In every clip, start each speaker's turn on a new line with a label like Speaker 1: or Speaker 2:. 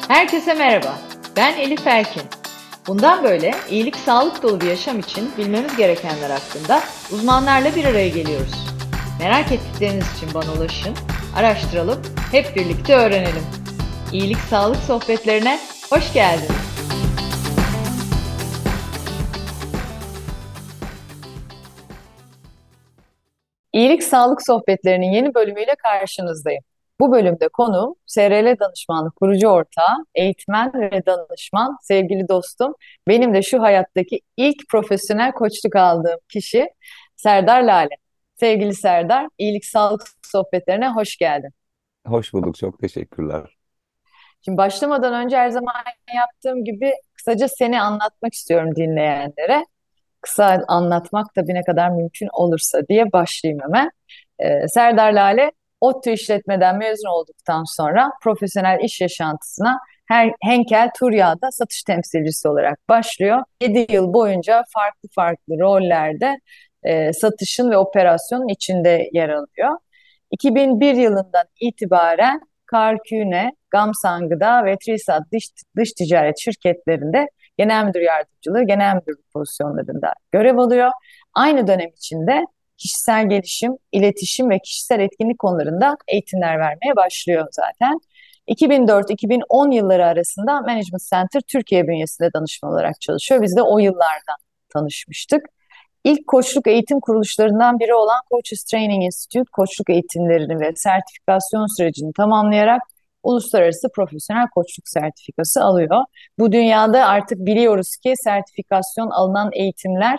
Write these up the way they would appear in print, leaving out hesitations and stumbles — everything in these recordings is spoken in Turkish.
Speaker 1: Herkese merhaba. Ben Elif Erkin. Bundan böyle iyilik, sağlık dolu bir yaşam için bilmemiz gerekenler hakkında uzmanlarla bir araya geliyoruz. Merak ettikleriniz için bana ulaşın, araştıralım, hep birlikte öğrenelim. İyilik, sağlık sohbetlerine hoş geldiniz.
Speaker 2: İyilik Sağlık Sohbetlerinin yeni bölümüyle karşınızdayım. Bu bölümde konuğum SRL Danışmanlık kurucu ortağı, eğitmen ve danışman, sevgili dostum, benim de şu hayattaki ilk profesyonel koçluk aldığım kişi Serdar Lale. Sevgili Serdar, İyilik Sağlık Sohbetlerine hoş geldin.
Speaker 3: Hoş bulduk. Çok teşekkürler.
Speaker 2: Şimdi başlamadan önce her zaman yaptığım gibi kısaca seni anlatmak istiyorum dinleyenlere. Kısa anlatmak tabii ne kadar mümkün olursa diye başlayayım hemen. Serdar Lale, ODTÜ işletmeden mezun olduktan sonra profesyonel iş yaşantısına Henkel Turyağ'da satış temsilcisi olarak başlıyor. 7 yıl boyunca farklı farklı rollerde satışın ve operasyonun içinde yer alıyor. 2001 yılından itibaren Karküne, Gamsan Gıda ve Trisat dış ticaret şirketlerinde genel müdür yardımcılığı, genel müdür pozisyonlarında görev alıyor. Aynı dönem içinde kişisel gelişim, iletişim ve kişisel etkinlik konularında eğitimler vermeye başlıyor zaten. 2004-2010 yılları arasında Management Center Türkiye bünyesinde danışman olarak çalışıyor. Biz de o yıllardan tanışmıştık. İlk koçluk eğitim kuruluşlarından biri olan Coaches Training Institute, koçluk eğitimlerini ve sertifikasyon sürecini tamamlayarak uluslararası profesyonel koçluk sertifikası alıyor. Bu dünyada artık biliyoruz ki sertifikasyon alınan eğitimler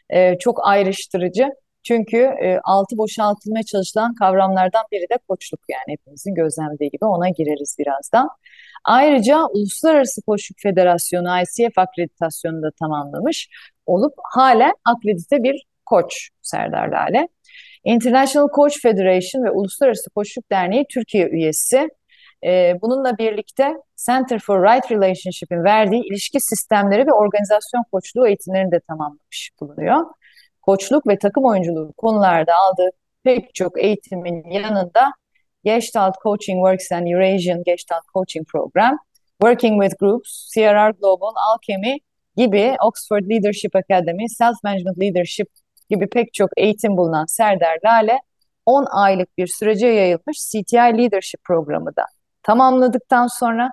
Speaker 2: çok ayrıştırıcı. Çünkü altı boşaltılmaya çalışılan kavramlardan biri de koçluk, yani hepimizin gözlemlediği gibi ona gireriz birazdan. Ayrıca Uluslararası Koçluk Federasyonu ICF akreditasyonunu da tamamlamış olup halen akredite bir koç Serdar Lale. International Coach Federation ve Uluslararası Koçluk Derneği Türkiye üyesi. Bununla birlikte Center for Right Relationship'in verdiği ilişki sistemleri ve organizasyon koçluğu eğitimlerini de tamamlamış bulunuyor. Koçluk ve takım oyunculuğu konularda aldığı pek çok eğitimin yanında Gestalt Coaching Works and Eurasian Gestalt Coaching Program, Working with Groups, CRR Global, Alchemy gibi Oxford Leadership Academy, Self Management Leadership gibi pek çok eğitim bulunan Serdar Lale, 10 aylık bir sürece yayılmış CTI Leadership programı da tamamladıktan sonra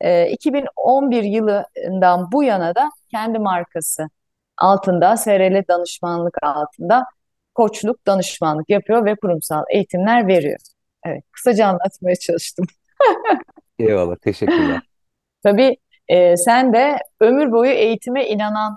Speaker 2: 2011 yılından bu yana da kendi markası altında, SRL danışmanlık altında koçluk, danışmanlık yapıyor ve kurumsal eğitimler veriyor. Evet, kısaca anlatmaya çalıştım.
Speaker 3: Eyvallah. Teşekkürler.
Speaker 2: Tabii sen de ömür boyu eğitime inanan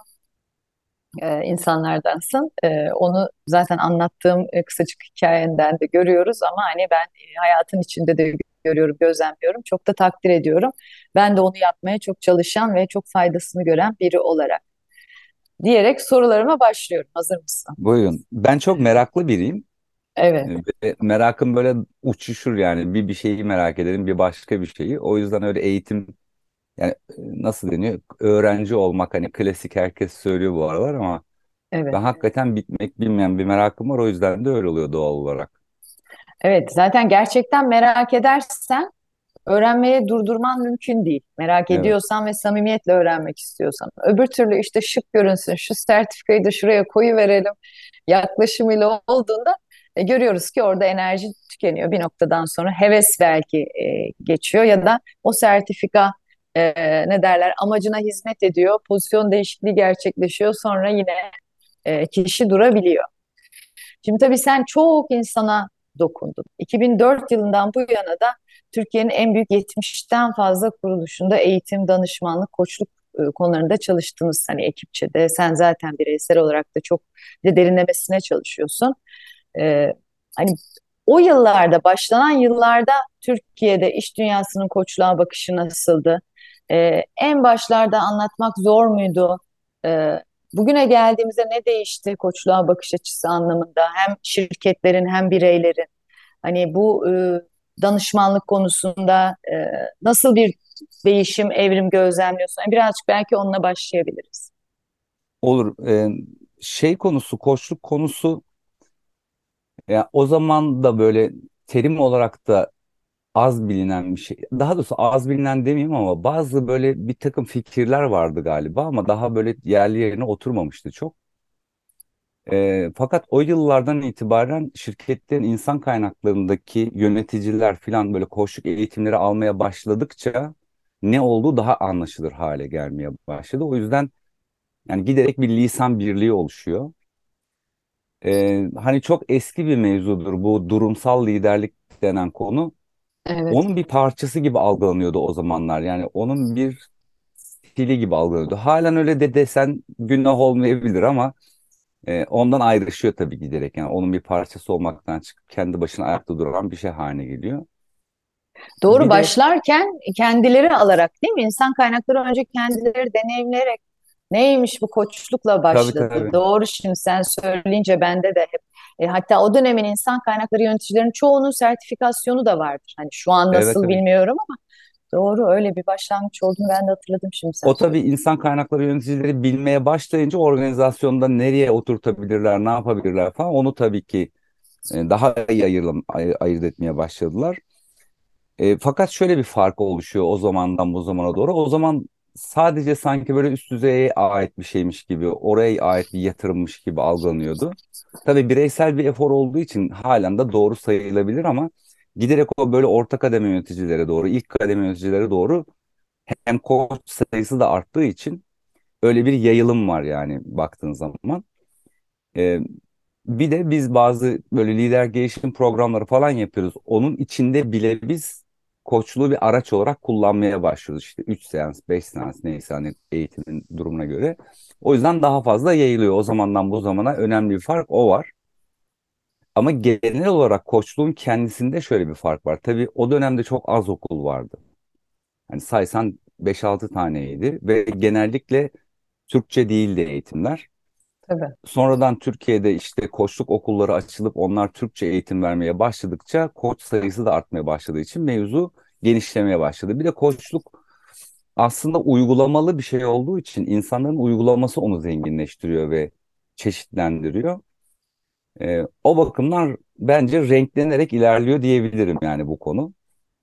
Speaker 2: insanlardansın. Onu zaten anlattığım kısacık hikayenden de görüyoruz ama hani ben hayatın içinde de görüyorum, gözlemliyorum. Çok da takdir ediyorum. Ben de onu yapmaya çok çalışan ve çok faydasını gören biri olarak. Diyerek sorularıma başlıyorum. Hazır mısın?
Speaker 3: Buyurun. Ben çok meraklı biriyim.
Speaker 2: Evet,
Speaker 3: Ve merakım böyle uçuşur yani. Bir şeyi merak ederim, bir başka bir şeyi. O yüzden öyle eğitim yani nasıl deniyor? Öğrenci olmak hani klasik herkes söylüyor bu aralar ama
Speaker 2: evet.
Speaker 3: ben hakikaten bitmek bilmeyen bir merakım var. O yüzden de öyle oluyor doğal olarak.
Speaker 2: Evet, zaten gerçekten merak edersen öğrenmeye durdurman mümkün değil. Merak
Speaker 3: Evet.
Speaker 2: ediyorsan ve samimiyetle öğrenmek istiyorsan. Öbür türlü işte şık görünsün, şu sertifikayı da şuraya koyu verelim yaklaşımıyla olduğunda görüyoruz ki orada enerji tükeniyor. Bir noktadan sonra heves belki geçiyor ya da o sertifika ne derler amacına hizmet ediyor. Pozisyon değişikliği gerçekleşiyor. Sonra yine kişi durabiliyor. Şimdi tabii sen çok insana dokundun. 2004 yılından bu yana da Türkiye'nin en büyük 70'ten fazla kuruluşunda eğitim, danışmanlık, koçluk konularında çalıştınız. Hani ekipçe de sen zaten bireysel olarak da çok de derinlemesine çalışıyorsun. Hani o yıllarda, başlanan yıllarda Türkiye'de iş dünyasının koçluğa bakışı nasıldı? En başlarda anlatmak zor muydu? Bugüne geldiğimizde ne değişti koçluğa bakış açısı anlamında? Hem şirketlerin hem bireylerin. Hani bu danışmanlık konusunda nasıl bir değişim, evrim gözlemliyorsun? Yani birazcık belki onunla başlayabiliriz.
Speaker 3: Olur. Şey konusu, koçluk konusu ya o zaman da böyle terim olarak da az bilinen bir şey. Daha doğrusu az bilinen demeyeyim ama bazı böyle bir takım fikirler vardı galiba ama daha böyle yerli yerine oturmamıştı çok. Fakat o yıllardan itibaren şirketlerin insan kaynaklarındaki yöneticiler falan böyle koçluk eğitimleri almaya başladıkça ne olduğu daha anlaşılır hale gelmeye başladı. O yüzden yani giderek bir lisan birliği oluşuyor. Hani çok eski bir mevzudur bu durumsal liderlik denen konu.
Speaker 2: Evet.
Speaker 3: Onun bir parçası gibi algılanıyordu o zamanlar. Yani onun bir stili gibi algılanıyordu. Halen öyle de desen günah olmayabilir ama ondan ayrışıyor tabii giderek. Yani onun bir parçası olmaktan çıkıp kendi başına ayakta duran bir şey haline geliyor.
Speaker 2: Doğru,
Speaker 3: Bir de
Speaker 2: başlarken kendileri alarak, değil mi? İnsan kaynakları önce kendileri deneyimleyerek neymiş bu koçlukla
Speaker 3: tabii
Speaker 2: başladı.
Speaker 3: tabii.
Speaker 2: Doğru, şimdi sen söyleyince bende de hep hatta o dönemin insan kaynakları yöneticilerinin çoğunun sertifikasyonu da vardır. Hani şu an
Speaker 3: Evet
Speaker 2: nasıl
Speaker 3: evet.
Speaker 2: bilmiyorum ama doğru, öyle bir başlangıç olduğunu ben de hatırladım şimdi sen
Speaker 3: O tabii
Speaker 2: söyleyince.
Speaker 3: insan kaynakları yöneticileri bilmeye başlayınca organizasyonda nereye oturtabilirler, ne yapabilirler falan onu tabii ki daha iyi ayırt etmeye başladılar. Fakat şöyle bir fark oluşuyor o zamandan bu zamana doğru. O zaman sadece sanki böyle üst düzeye ait bir şeymiş gibi, oraya ait bir yatırımmış gibi algılanıyordu. Tabii bireysel bir efor olduğu için halen de doğru sayılabilir ama giderek o böyle orta kademe yöneticilere doğru, ilk kademe yöneticilere doğru hem koç sayısı da arttığı için öyle bir yayılım var yani baktığın zaman. Ee, Bir de biz bazı böyle lider gelişim programları falan yapıyoruz. Onun içinde bile biz koçluğu bir araç olarak kullanmaya başlıyoruz. İşte 3 seans, 5 seans neyse hani eğitimin durumuna göre. O yüzden daha fazla yayılıyor. O zamandan bu zamana önemli bir fark o var. Ama genel olarak koçluğun kendisinde şöyle bir fark var. Tabii o dönemde çok az okul vardı. Hani saysan 5-6 taneydi ve genellikle Türkçe değildi eğitimler.
Speaker 2: Tabii.
Speaker 3: Sonradan Türkiye'de işte koçluk okulları açılıp onlar Türkçe eğitim vermeye başladıkça koç sayısı da artmaya başladığı için mevzu genişlemeye başladı. Bir de koçluk aslında uygulamalı bir şey olduğu için insanların uygulaması onu zenginleştiriyor ve çeşitlendiriyor. O bakımdan bence renklenerek ilerliyor diyebilirim yani bu konu.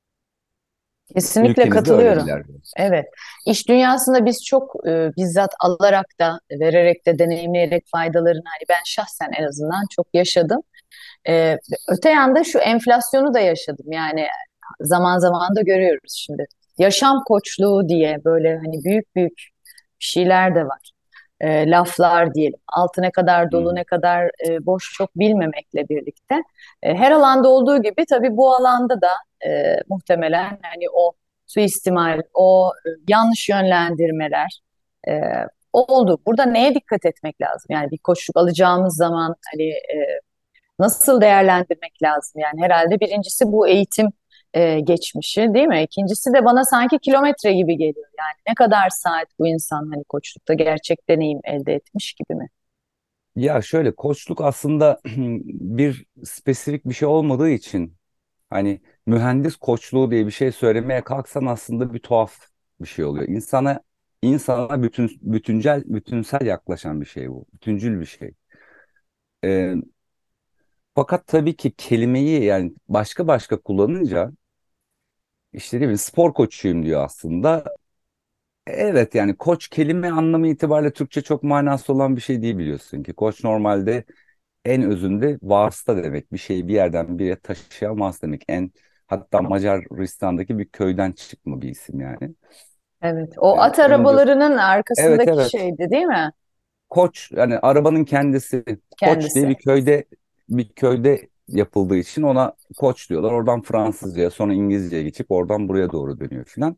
Speaker 2: Kesinlikle
Speaker 3: Ülkemizde öyle
Speaker 2: katılıyorum.
Speaker 3: ilerliyor.
Speaker 2: Evet. İş dünyasında biz çok bizzat alarak da, vererek de, deneyimleyerek faydalarını hani ben şahsen en azından çok yaşadım. E, Öte yanda şu enflasyonu da yaşadım. Yani zaman zaman da görüyoruz şimdi. Yaşam koçluğu diye böyle hani büyük büyük bir şeyler de var. Laflar diyelim. Altı ne kadar
Speaker 3: Hı
Speaker 2: dolu
Speaker 3: hı.
Speaker 2: ne kadar boş çok bilmemekle birlikte. Her alanda olduğu gibi tabii bu alanda da muhtemelen hani o suistimal, o yanlış yönlendirmeler e, oldu. Burada neye dikkat etmek lazım? Yani bir koçluk alacağımız zaman hani nasıl değerlendirmek lazım? Yani herhalde birincisi bu eğitim geçmişi, değil mi? İkincisi de bana sanki kilometre gibi geliyor. Yani ne kadar saat bu insan hani koçlukta gerçek deneyim elde etmiş gibi mi?
Speaker 3: Ya şöyle koçluk aslında bir spesifik bir şey olmadığı için hani mühendis koçluğu diye bir şey söylemeye kalksan aslında bir tuhaf bir şey oluyor. İnsana bütünsel yaklaşan bir şey bu. Bütüncül bir şey. Ee, Fakat tabii ki kelimeyi yani başka başka kullanınca işte değil mi spor koçuyum diyor aslında. Evet yani koç kelime anlamı itibariyle Türkçe çok manası olan bir şey değil biliyorsun ki. Koç normalde en özünde vasıta demek. Bir şeyi bir yerden bir yere taşıyan vasıta demek. Hatta Macaristan'daki bir köyden çıkma bir isim yani.
Speaker 2: Evet. O at
Speaker 3: Önce
Speaker 2: arabalarının
Speaker 3: evet
Speaker 2: arkasındaki
Speaker 3: evet
Speaker 2: şeydi, değil mi?
Speaker 3: Koç yani arabanın kendisi Koç diye
Speaker 2: Kendisi.
Speaker 3: bir köyde yapıldığı için ona Koç diyorlar. Oradan Fransızcaya sonra İngilizceye geçip oradan buraya doğru dönüyor filan.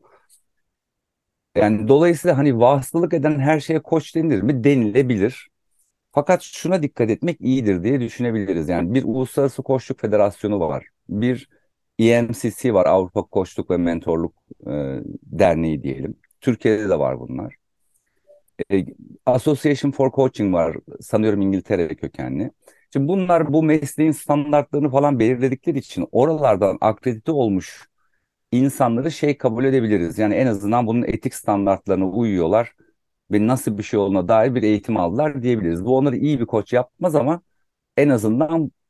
Speaker 3: Yani dolayısıyla hani vasıtalık eden her şeye Koç denilir mi? Denilebilir. Fakat şuna dikkat etmek iyidir diye düşünebiliriz. Yani bir Uluslararası Koçluk Federasyonu var. Bir EMCC var, Avrupa Koçluk ve Mentorluk Derneği diyelim. Türkiye'de de var bunlar. E, Association for Coaching var, sanıyorum İngiltere kökenli. Şimdi bunlar bu mesleğin standartlarını falan belirledikleri için oralardan akredite olmuş insanları şey kabul edebiliriz. Yani en azından bunun etik standartlarına uyuyorlar ve nasıl bir şey olduğuna dair bir eğitim aldılar diyebiliriz. Bu onları iyi bir koç yapmaz ama en azından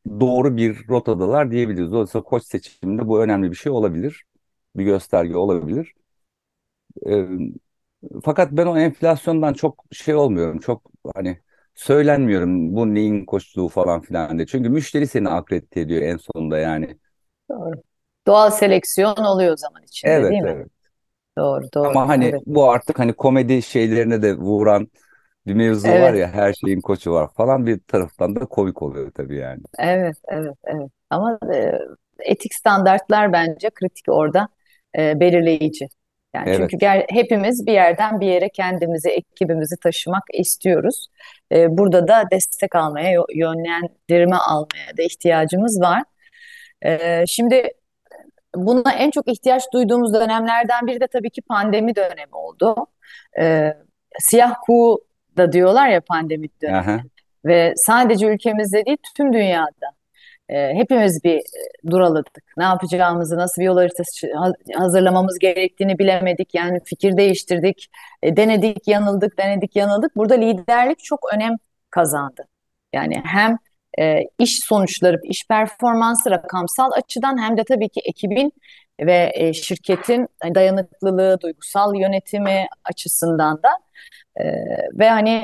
Speaker 3: doğru bir rotadalar diyebiliriz. Dolayısıyla koç seçiminde bu önemli bir şey olabilir. Bir gösterge olabilir. Ee, Fakat ben o enflasyondan çok şey olmuyorum. Çok hani söylenmiyorum bu neyin koçluğu falan filan diye. Çünkü müşteri seni akredite ediyor en sonunda yani.
Speaker 2: Doğru. Doğal seleksiyon oluyor o zaman içinde,
Speaker 3: Evet,
Speaker 2: değil mi?
Speaker 3: evet.
Speaker 2: Doğru, doğru.
Speaker 3: Ama hani
Speaker 2: Evet.
Speaker 3: bu artık hani komedi şeylerine de vuran bir mevzu var
Speaker 2: Evet,
Speaker 3: ya, her şeyin koçu var falan, bir taraftan da komik oluyor tabii yani.
Speaker 2: evet, evet, evet. Ama etik standartlar bence kritik orada, belirleyici. Yani çünkü
Speaker 3: Evet,
Speaker 2: hepimiz bir yerden bir yere kendimizi, ekibimizi taşımak istiyoruz. Burada da destek almaya, yönlendirme almaya da ihtiyacımız var. Şimdi buna en çok ihtiyaç duyduğumuz dönemlerden biri de tabii ki pandemi dönemi oldu. Ee, Siyah kuğu da diyorlar ya pandemi dönemi.
Speaker 3: aha,
Speaker 2: Ve sadece ülkemizde değil tüm dünyada hepimiz bir duraladık. Ne yapacağımızı, nasıl bir yol haritası hazırlamamız gerektiğini bilemedik. Yani fikir değiştirdik, denedik, yanıldık, denedik, yanıldık. Burada liderlik çok önem kazandı. Yani hem iş sonuçları, iş performansı rakamsal açıdan hem de tabii ki ekibin ve şirketin dayanıklılığı, duygusal yönetimi açısından da e, ve hani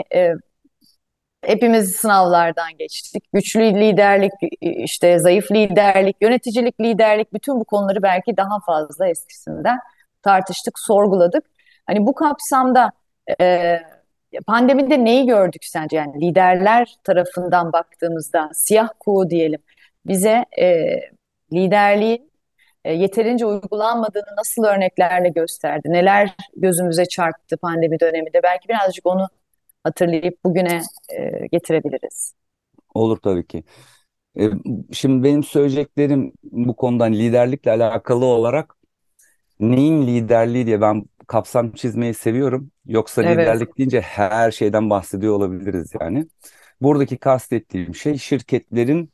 Speaker 2: hepimiz sınavlardan geçtik. Güçlü liderlik, işte zayıf liderlik, yöneticilik, liderlik, bütün bu konuları belki daha fazla eskisinden tartıştık, sorguladık. Hani bu kapsamda e, pandemide neyi gördük sence? Yani liderler tarafından baktığımızda siyah kuğu diyelim bize liderliğin yeterince uygulanmadığını nasıl örneklerle gösterdi? Neler gözümüze çarptı pandemi döneminde? Belki birazcık onu hatırlayıp bugüne getirebiliriz.
Speaker 3: olur tabii ki. E, Şimdi benim söyleyeceklerim bu konudan liderlikle alakalı olarak, neyin liderliği diye ben kapsam çizmeyi seviyorum. Yoksa
Speaker 2: Evet.
Speaker 3: liderlik deyince her şeyden bahsediyor olabiliriz yani. Buradaki kastettiğim şey, şirketlerin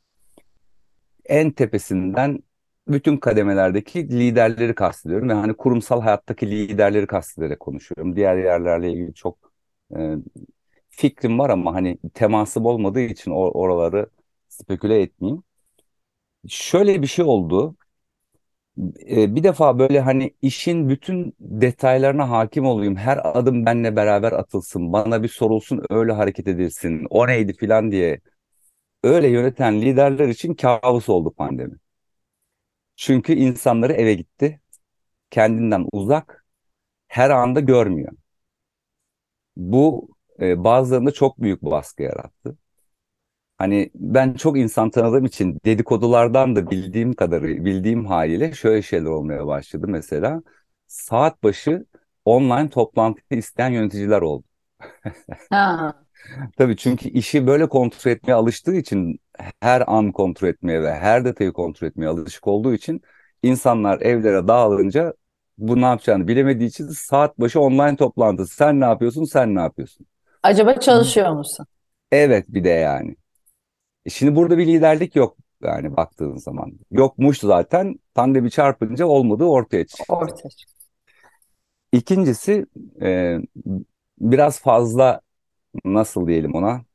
Speaker 3: en tepesinden bütün kademelerdeki liderleri kastediyorum. Ve hani kurumsal hayattaki liderleri kastederek konuşuyorum. Diğer yerlerle ilgili çok e, fikrim var ama hani temasım olmadığı için oraları speküle etmeyeyim. Şöyle bir şey oldu. Bir defa böyle hani işin bütün detaylarına hakim olayım. Her adım benle beraber atılsın. Bana bir sorulsun, öyle hareket edilsin. O neydi filan diye. Öyle yöneten liderler için kabus oldu pandemi. Çünkü insanları eve gitti. Kendinden uzak. Her anda görmüyor. Bu bazılarında çok büyük baskı yarattı. Hani ben çok insan tanıdığım için dedikodulardan da bildiğim kadarı, bildiğim haliyle şöyle şeyler olmaya başladı mesela. Saat başı online toplantı isteyen yöneticiler oldu.
Speaker 2: Ha,
Speaker 3: Tabii, çünkü işi böyle kontrol etmeye alıştığı için, her an kontrol etmeye ve her detayı kontrol etmeye alışık olduğu için, insanlar evlere dağılınca bu ne yapacağını bilemediği için saat başı online toplantı. Sen ne yapıyorsun, sen ne yapıyorsun?
Speaker 2: acaba çalışıyor musun?
Speaker 3: Evet, bir de yani. Şimdi burada bir liderlik yok yani, baktığın zaman. Yokmuş zaten, pandemi çarpınca olmadığı ortaya çıktı.
Speaker 2: Ortaya.
Speaker 3: İkincisi, e, biraz fazla, nasıl diyelim ona,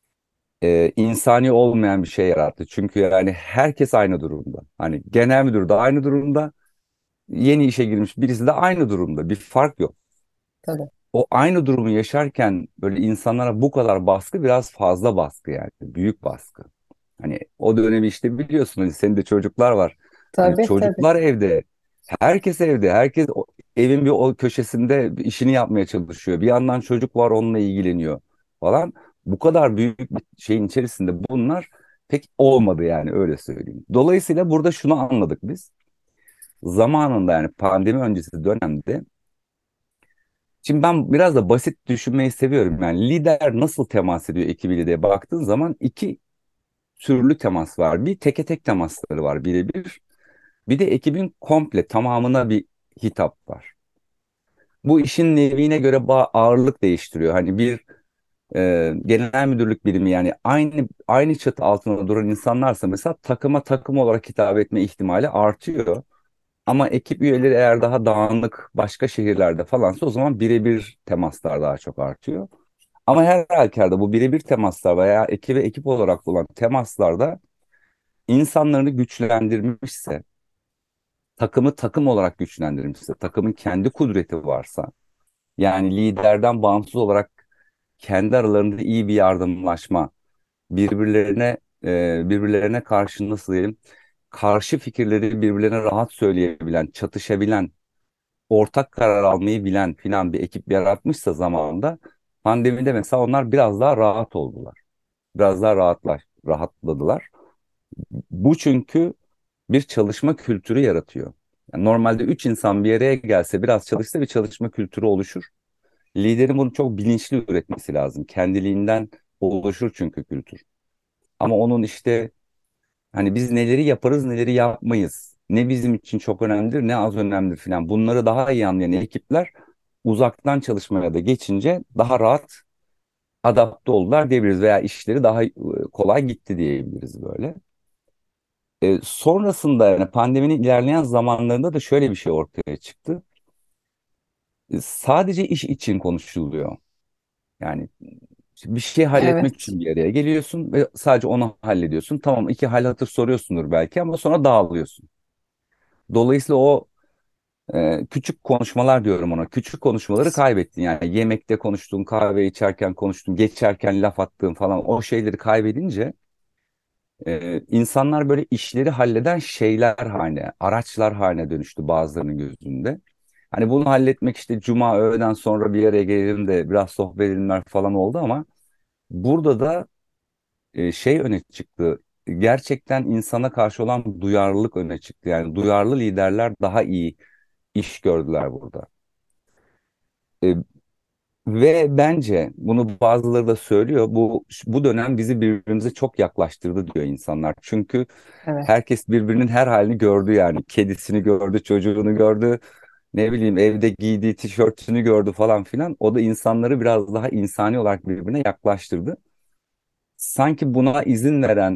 Speaker 3: insani olmayan bir şey yarattı. Çünkü yani herkes aynı durumda. Hani genel müdür de aynı durumda, yeni işe girmiş birisi de aynı durumda. Bir fark yok.
Speaker 2: Tabii.
Speaker 3: O aynı durumu yaşarken böyle insanlara bu kadar baskı biraz fazla baskı yani. Büyük baskı. Hani o dönemi işte biliyorsun, hani senin de çocuklar var. Hani
Speaker 2: Tabii, tabii.
Speaker 3: çocuklar evde, herkes evde, herkes evin bir o köşesinde işini yapmaya çalışıyor. Bir yandan çocuk var, onunla ilgileniyor falan. Bu kadar büyük bir şeyin içerisinde bunlar pek olmadı yani, öyle söyleyeyim. Dolayısıyla burada şunu anladık biz. Zamanında, yani pandemi öncesi dönemde, şimdi ben biraz da basit düşünmeyi seviyorum. Yani lider nasıl temas ediyor ekibiyle diye baktığın zaman iki türlü temas var. Bir teke tek temasları var, birebir. Bir de ekibin komple tamamına bir hitap var. Bu işin neviine göre ağırlık değiştiriyor. Hani bir genel müdürlük birimi, yani aynı çatı altında duran insanlarsa mesela, takıma takım olarak hitap etme ihtimali artıyor. Ama ekip üyeleri eğer daha dağınık başka şehirlerde falansa, o zaman birebir temaslar daha çok artıyor. Ama her halükarda bu birebir temaslar veya ekibe ekip olarak olan temaslarda insanlarını güçlendirmişse, takımı takım olarak güçlendirmişse, takımın kendi kudreti varsa, yani liderden bağımsız olarak kendi aralarında iyi bir yardımlaşma, birbirlerine birbirlerine karşı nasıl diyelim, karşı fikirleri birbirlerine rahat söyleyebilen, çatışabilen, ortak karar almayı bilen filan bir ekip yaratmışsa zamanında, pandemide mesela onlar biraz daha rahat oldular. Biraz daha rahatladılar. Bu çünkü bir çalışma kültürü yaratıyor. Yani normalde üç insan bir araya gelse, biraz çalışsa bir çalışma kültürü oluşur. Liderin bunu çok bilinçli üretmesi lazım. Kendiliğinden oluşur çünkü kültür. Ama onun işte hani biz neleri yaparız, neleri yapmayız, ne bizim için çok önemlidir, ne az önemlidir filan. Bunları daha iyi anlayan ekipler uzaktan çalışmaya da geçince daha rahat adapte oldular diyebiliriz veya işleri daha kolay gitti diyebiliriz böyle. Sonrasında yani pandeminin ilerleyen zamanlarında da şöyle bir şey ortaya çıktı. Sadece iş için konuşuluyor. Yani bir şey halletmek
Speaker 2: Evet.
Speaker 3: için bir araya geliyorsun ve sadece onu hallediyorsun. Tamam, iki hal hatır soruyorsundur belki ama sonra dağılıyorsun. Dolayısıyla o küçük konuşmalar diyorum ona. Küçük konuşmaları kaybettin. Yani yemekte konuştuğun, kahve içerken konuştuğun, geçerken laf attığın falan o şeyleri kaybedince insanlar böyle işleri halleden şeyler haline, araçlar haline dönüştü bazılarının gözünde. Hani bunu halletmek işte cuma öğleden sonra bir araya gelelim de biraz sohbet edelimler falan oldu ama burada da şey öne çıktı. Gerçekten insana karşı olan duyarlılık öne çıktı. Yani duyarlı liderler daha iyi iş gördüler burada. E, Ve bence bunu bazıları da söylüyor. Bu dönem bizi birbirimize çok yaklaştırdı diyor insanlar. Çünkü
Speaker 2: Evet.
Speaker 3: herkes birbirinin her halini gördü yani. Kedisini gördü, çocuğunu gördü, ne bileyim evde giydiği tişörtünü gördü falan filan. O da insanları biraz daha insani olarak birbirine yaklaştırdı. Sanki buna izin veren,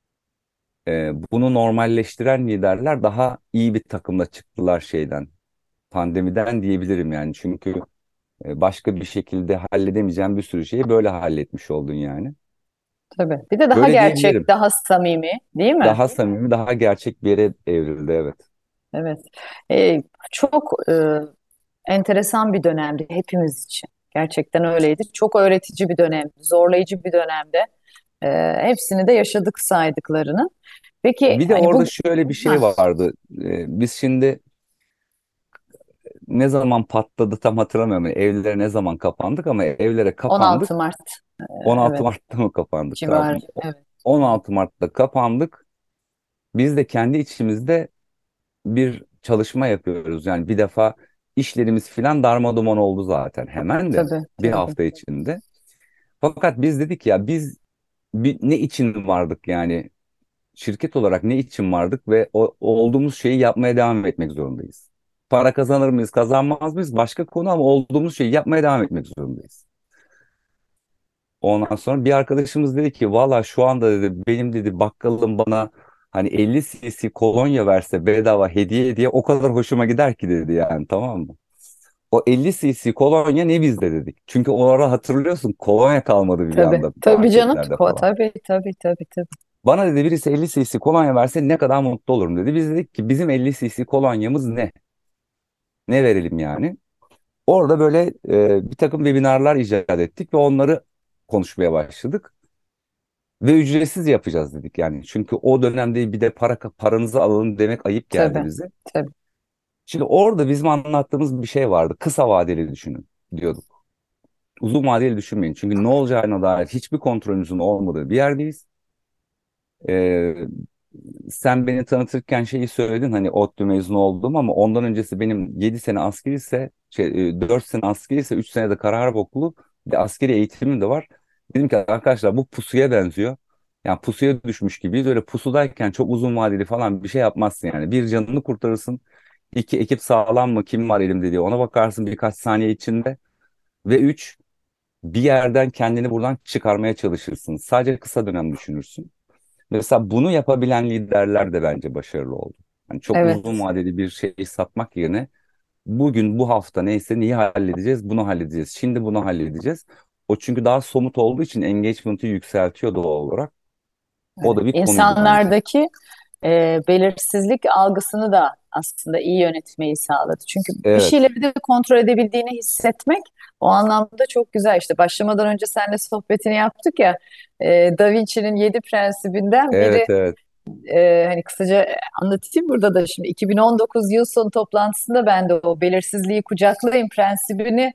Speaker 3: bunu normalleştiren liderler daha iyi bir takımla çıktılar şeyden, pandemiden diyebilirim yani. Çünkü başka bir şekilde halledemeyeceğim bir sürü şeyi böyle halletmiş oldun yani.
Speaker 2: Tabii. Bir de daha
Speaker 3: Böyle
Speaker 2: gerçek,
Speaker 3: diyebilirim.
Speaker 2: daha samimi, değil mi?
Speaker 3: Daha samimi, daha gerçek bir yere evrildi, evet.
Speaker 2: Evet. Çok enteresan bir dönemdi hepimiz için. Gerçekten öyleydi. Çok öğretici bir dönemdi, zorlayıcı bir dönemde. Hepsini de yaşadık saydıklarını. Peki
Speaker 3: Bir de
Speaker 2: hani
Speaker 3: orada
Speaker 2: bu
Speaker 3: şöyle bir
Speaker 2: Heh,
Speaker 3: şey vardı. Biz şimdi ne zaman patladı tam hatırlamıyorum. Yani evlere ne zaman kapandık ama evlere
Speaker 2: 16
Speaker 3: kapandık.
Speaker 2: Mart
Speaker 3: 16
Speaker 2: evet
Speaker 3: Mart'ta mı kapandık?
Speaker 2: civarı
Speaker 3: Tamam.
Speaker 2: evet
Speaker 3: 16 Mart'ta kapandık. Biz de kendi içimizde bir çalışma yapıyoruz. Yani bir defa işlerimiz filan darmadağın oldu zaten hemen de
Speaker 2: tabii
Speaker 3: bir
Speaker 2: tabii
Speaker 3: hafta içinde. Fakat biz dedik ya biz ne için vardık yani şirket olarak ne için vardık ve olduğumuz şeyi yapmaya devam etmek zorundayız. Para kazanır mıyız, kazanmaz mıyız? Başka konu ama olduğumuz şeyi yapmaya devam etmek zorundayız. Ondan sonra bir arkadaşımız dedi ki valla şu anda dedi benim dedi bakkalım bana hani 50 cc kolonya verse bedava hediye diye o kadar hoşuma gider ki dedi yani, tamam mı? O 50 cc kolonya ne bizde dedik. Çünkü o ara hatırlıyorsun kolonya kalmadı bir
Speaker 2: tabii
Speaker 3: anda
Speaker 2: tabii canım
Speaker 3: marketlerde falan.
Speaker 2: tabii tabii tabii tabii
Speaker 3: Bana dedi birisi 50 cc kolonya verse ne kadar mutlu olurum dedi. Biz dedik ki bizim 50 cc kolonyamız ne? Ne verelim yani? Orada böyle bir takım webinarlar icat ettik ve onları konuşmaya başladık. Ve ücretsiz yapacağız dedik yani. Çünkü o dönemde bir de paranızı alın demek ayıp geldi
Speaker 2: tabii
Speaker 3: bize.
Speaker 2: tabii
Speaker 3: Şimdi orada bizim anlattığımız bir şey vardı. Kısa vadeli düşünün diyorduk. Uzun vadeli düşünmeyin. Çünkü ne olacağına dair hiçbir kontrolünüzün olmadığı bir yerdeyiz. Ee, Sen beni tanıtırken şeyi söyledin hani ODTÜ mezunu oldum ama ondan öncesi benim 7 sene askeri ise 4 sene askeri ise 3 sene de Kara Harp Okulu bir askeri eğitimim de var. Dedim ki arkadaşlar bu pusuya benziyor. Yani pusuya düşmüş gibiyiz. Öyle pusudayken çok uzun vadeli falan bir şey yapmazsın yani. Bir canını kurtarırsın. İki ekip sağlam mı kim var elimde diye ona bakarsın birkaç saniye içinde. Ve üç bir yerden kendini buradan çıkarmaya çalışırsın. Sadece kısa dönem düşünürsün. Mesela bunu yapabilen liderler de bence başarılı oldu. Yani çok uzun
Speaker 2: evet
Speaker 3: vadeli bir şeyi satmak yerine bugün bu hafta neyse neyi halledeceğiz bunu halledeceğiz. Şimdi bunu halledeceğiz. O çünkü daha somut olduğu için engagement'ı yükseltiyor doğal olarak. O da bir konuydu bence.
Speaker 2: İnsanlardaki belirsizlik algısını da aslında iyi yönetmeyi sağladı. Çünkü bir
Speaker 3: Evet.
Speaker 2: şeyleri de kontrol edebildiğini hissetmek o anlamda çok güzel. İşte başlamadan önce seninle sohbetini yaptık ya, Da Vinci'nin 7 prensibinden biri,
Speaker 3: Evet, evet.
Speaker 2: hani kısaca anlatayım burada da. Şimdi 2019 yıl sonu toplantısında ben de o belirsizliği kucaklayın prensibini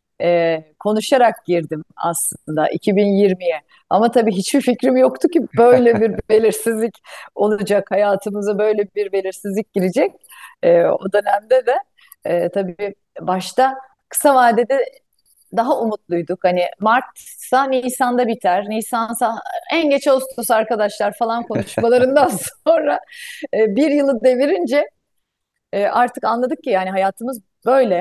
Speaker 2: konuşarak girdim aslında 2020'ye. Ama tabii hiçbir fikrim yoktu ki böyle bir belirsizlik olacak, hayatımıza böyle bir belirsizlik girecek. O dönemde de tabii başta kısa vadede daha umutluyduk. Hani Mart'sa Nisan'da biter, Nisan'sa en geç Ağustos arkadaşlar falan konuşmalarından sonra bir yılı devirince artık anladık ki yani hayatımız böyle.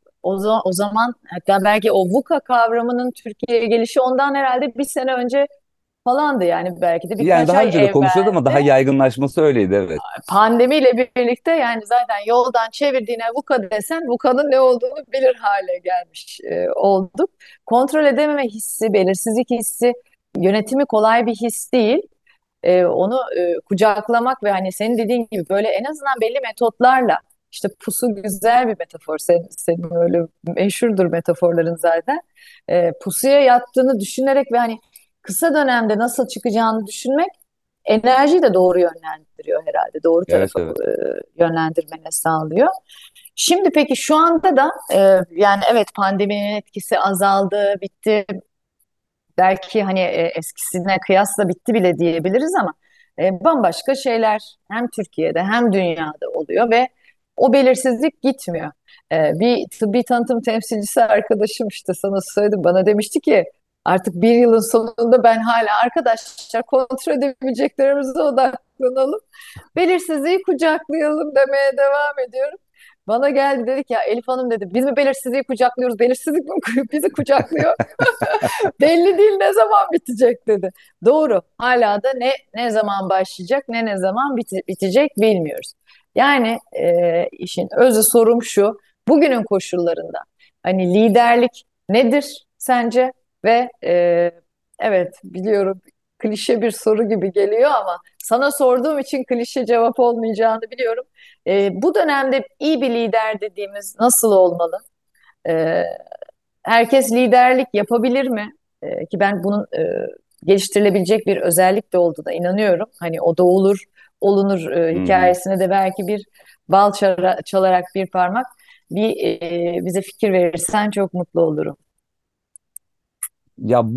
Speaker 2: O zaman hatta belki o VUCA kavramının Türkiye'ye gelişi ondan herhalde bir sene önce falandı, yani belki de
Speaker 3: Yani
Speaker 2: birkaç
Speaker 3: daha
Speaker 2: ay
Speaker 3: önce de konuşuyordu ama
Speaker 2: evveldi.
Speaker 3: daha yaygınlaşması öyleydi, evet.
Speaker 2: Pandemiyle birlikte yani zaten yoldan çevirdiğine VUCA desen VUCA'nın ne olduğunu bilir hale gelmiş olduk. Kontrol edememe hissi, belirsizlik hissi yönetimi kolay bir his değil. Onu kucaklamak ve hani senin dediğin gibi böyle en azından belli metotlarla, işte pusu güzel bir metafor, senin öyle meşhurdur metaforların zaten. Pusuya yattığını düşünerek ve hani kısa dönemde nasıl çıkacağını düşünmek enerjiyi de doğru yönlendiriyor herhalde. Doğru
Speaker 3: Evet,
Speaker 2: tarafa
Speaker 3: evet.
Speaker 2: yönlendirmene sağlıyor. Şimdi peki şu anda da yani evet, pandeminin etkisi azaldı, bitti. Belki hani eskisine kıyasla bitti bile diyebiliriz ama bambaşka şeyler hem Türkiye'de hem dünyada oluyor ve o belirsizlik gitmiyor. Bir tıbbi tanıtım temsilcisi arkadaşım işte sana söyledim, bana demişti ki artık bir yılın sonunda ben hala arkadaşlar kontrol edebileceklerimize odaklanalım, belirsizliği kucaklayalım demeye devam ediyorum. Bana geldi, dedi ki ya Elif Hanım, dedi, biz mi belirsizliği kucaklıyoruz, belirsizlik mi bizi kucaklıyor? Belli değil ne zaman bitecek, dedi. Doğru. Hala da ne zaman başlayacak, ne zaman bitecek bilmiyoruz. Yani işin özü, sorum şu. Bugünün koşullarında hani liderlik nedir sence? Ve evet, biliyorum klişe bir soru gibi geliyor ama sana sorduğum için klişe cevap olmayacağını biliyorum. Bu dönemde iyi bir lider dediğimiz nasıl olmalı? E, Herkes liderlik yapabilir mi? Ki ben bunun geliştirilebilecek bir özellik de olduğuna inanıyorum. Hani o doğulur, olunur
Speaker 3: Hı hı.
Speaker 2: hikayesine de belki bir çalarak bir parmak bize fikir verirsen çok mutlu olurum.
Speaker 3: Ya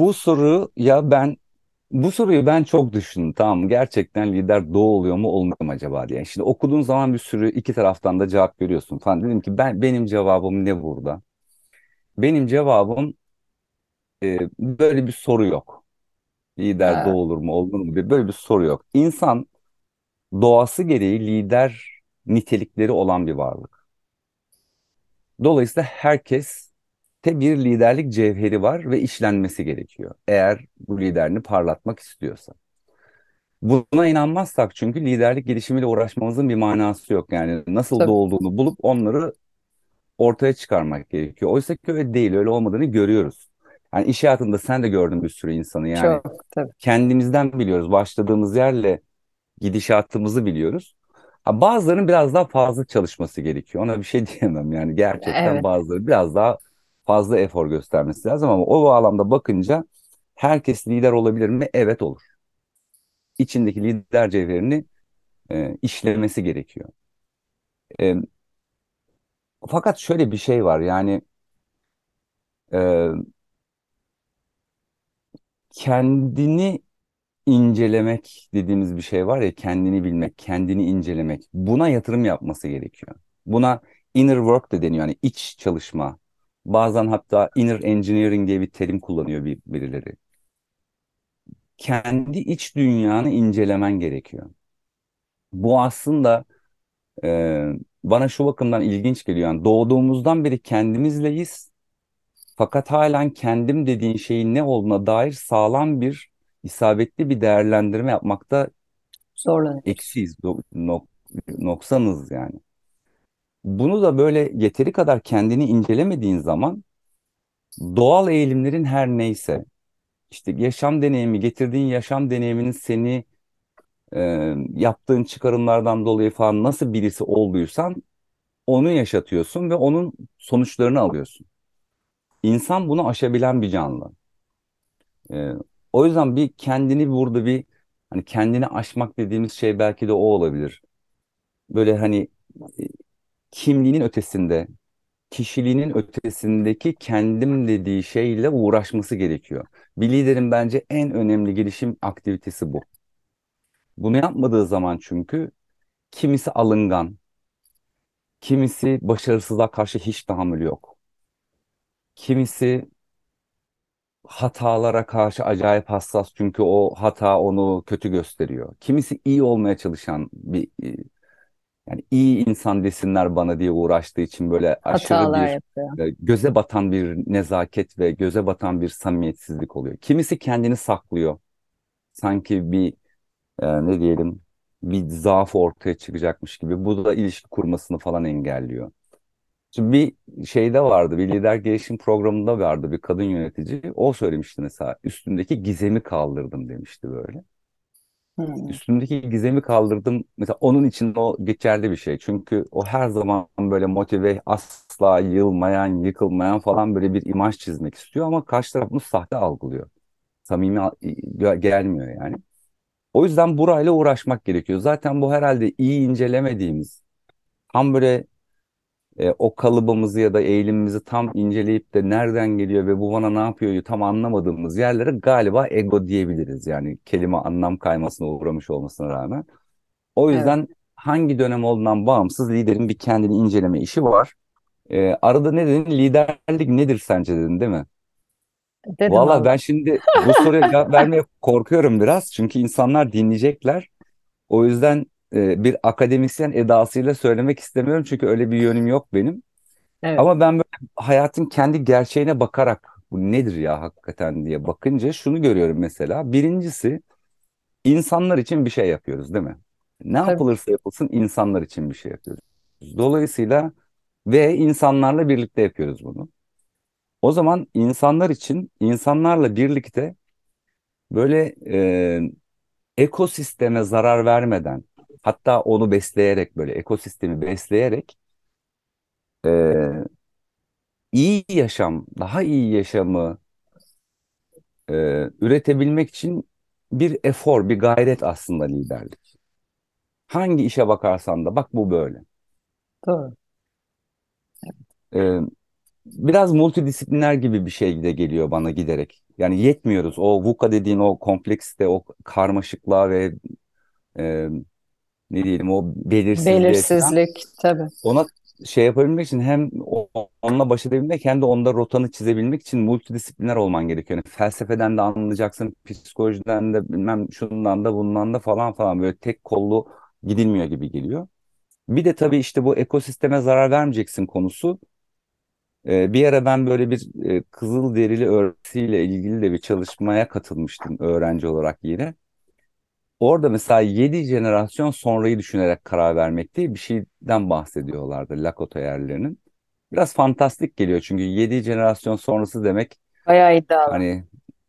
Speaker 3: bu soruyu ben çok düşündüm, tamam mı? Gerçekten lider doğu oluyor mu olmuyor mu acaba diye. Şimdi okuduğun zaman bir sürü iki taraftan da cevap görüyorsun falan. Dedim ki benim cevabım ne burada? Benim cevabım böyle bir soru yok. Lider
Speaker 2: Ee,
Speaker 3: doğulur mu olmaz mı diye böyle bir soru yok. İnsan doğası gereği lider nitelikleri olan bir varlık. Dolayısıyla herkeste bir liderlik cevheri var ve işlenmesi gerekiyor. Eğer bu liderini parlatmak istiyorsa. Buna inanmazsak çünkü liderlik gelişimiyle uğraşmamızın bir manası yok. Yani nasıl
Speaker 2: tabii,
Speaker 3: doğduğunu bulup onları ortaya çıkarmak gerekiyor. Oysa ki öyle değil, öyle olmadığını görüyoruz. Yani iş hayatında sen de gördün bir sürü insanı, yani
Speaker 2: çok tabii.
Speaker 3: kendimizden biliyoruz. Başladığımız yerle gidişatımızı biliyoruz. Ha, bazılarının biraz daha fazla çalışması gerekiyor. Ona bir şey diyemem yani, gerçekten
Speaker 2: Evet.
Speaker 3: bazıları biraz daha fazla efor göstermesi lazım ama o bağlamda bakınca herkes lider olabilir mi? Evet, olur. İçindeki lider cevherini işlemesi gerekiyor. E, Fakat şöyle bir şey var yani, e, kendini incelemek dediğimiz bir şey var ya, kendini bilmek, kendini incelemek. Buna yatırım yapması gerekiyor. Buna inner work de deniyor, yani iç çalışma. Bazen hatta inner engineering diye bir terim kullanıyor birileri. Kendi iç dünyanı incelemen gerekiyor. Bu aslında e, bana şu bakımdan ilginç geliyor. Yani doğduğumuzdan beri kendimizleyiz. Fakat halen kendim dediğin şeyin ne olduğuna dair sağlam bir, isabetli bir değerlendirme yapmakta
Speaker 2: Zorlanıyoruz.
Speaker 3: eksiyiz, noksanız yani. Bunu da böyle yeteri kadar kendini incelemediğin zaman doğal eğilimlerin her neyse, işte yaşam deneyimi, getirdiğin yaşam deneyiminin seni Yaptığın çıkarımlardan dolayı falan nasıl birisi olduysan onu yaşatıyorsun ve onun sonuçlarını alıyorsun. İnsan bunu aşabilen bir canlı. Ee, O yüzden bir kendini burada bir hani kendini aşmak dediğimiz şey belki de o olabilir. Böyle hani e, kimliğinin ötesinde, kişiliğinin ötesindeki kendim dediği şeyle uğraşması gerekiyor. Bir liderin bence en önemli gelişim aktivitesi bu. Bunu yapmadığı zaman çünkü kimisi alıngan, kimisi başarısızlığa karşı hiç tahammülü yok. Kimisi hatalara karşı acayip hassas çünkü o hata onu kötü gösteriyor. Kimisi iyi olmaya çalışan yani iyi insan desinler bana diye uğraştığı için böyle aşırı
Speaker 2: Hatalar
Speaker 3: bir
Speaker 2: yapıyor.
Speaker 3: göze batan bir nezaket ve göze batan bir samimiyetsizlik oluyor. Kimisi kendini saklıyor. Sanki bir ne diyelim bir zaaf ortaya çıkacakmış gibi. Bu da ilişki kurmasını falan engelliyor. Şimdi bir şeyde vardı, bir lider gelişim programında vardı bir kadın yönetici. O söylemişti mesela üstümdeki gizemi kaldırdım demişti böyle.
Speaker 2: Hmm.
Speaker 3: Üstümdeki gizemi kaldırdım. Mesela onun için o geçerli bir şey. Çünkü o her zaman böyle motive, asla yılmayan, yıkılmayan falan böyle bir imaj çizmek istiyor ama karşı taraf bunu sahte algılıyor. Samimi gelmiyor yani. O yüzden burayla uğraşmak gerekiyor. Zaten bu herhalde iyi incelemediğimiz, tam böyle o kalıbımızı ya da eğilimimizi tam inceleyip de nereden geliyor ve bu bana ne yapıyor tam anlamadığımız yerlere galiba ego diyebiliriz. Yani kelime anlam kaymasına uğramış olmasına rağmen. O
Speaker 2: Evet.
Speaker 3: yüzden hangi dönem olduğundan bağımsız liderin bir kendini inceleme işi var. Arada ne dedin? Liderlik nedir sence dedin değil mi?
Speaker 2: Dedim
Speaker 3: Valla ben
Speaker 2: valla.
Speaker 3: şimdi bu soruya cevap vermeye korkuyorum biraz. Çünkü insanlar dinleyecekler. O yüzden bir akademisyen edasıyla söylemek istemiyorum. Çünkü öyle bir yönüm yok benim.
Speaker 2: Evet.
Speaker 3: Ama ben böyle hayatın kendi gerçeğine bakarak bu nedir ya hakikaten diye bakınca şunu görüyorum mesela. Birincisi insanlar için bir şey yapıyoruz değil mi? Ne
Speaker 2: Tabii.
Speaker 3: yapılırsa yapılsın insanlar için bir şey yapıyoruz. Dolayısıyla ve insanlarla birlikte yapıyoruz bunu. O zaman insanlar için insanlarla birlikte böyle ekosisteme zarar vermeden hatta onu besleyerek böyle ekosistemi besleyerek e, iyi yaşam, daha iyi yaşamı üretebilmek için bir efor, bir gayret aslında liderlik. Hangi işe bakarsan da bak bu böyle.
Speaker 2: Doğru.
Speaker 3: E, Biraz multidisipliner gibi bir şey de geliyor bana giderek. Yani yetmiyoruz. O VUCA dediğin o komplekste, o karmaşıklığa ve e, ne diyelim o belirsizliğe falan
Speaker 2: Belirsizlik tabii.
Speaker 3: ona şey yapabilmek için hem onunla baş edebilmek hem de onda rotanı çizebilmek için multidisipliner olman gerekiyor. Yani felsefeden de anlayacaksın, psikolojiden de bilmem şundan da bundan da falan falan böyle tek kollu gidilmiyor gibi geliyor. Bir de tabii işte bu ekosisteme zarar vermeyeceksin konusu. Bir ara ben böyle bir Kızılderili örgütüyle ilgili de bir çalışmaya katılmıştım öğrenci olarak yine. Orada mesela 7 jenerasyon sonrayı düşünerek karar vermek diye bir şeyden bahsediyorlardı Lakota yerlerinin. Biraz fantastik geliyor çünkü 7 jenerasyon sonrası demek
Speaker 2: Bayağı iddialı.
Speaker 3: hani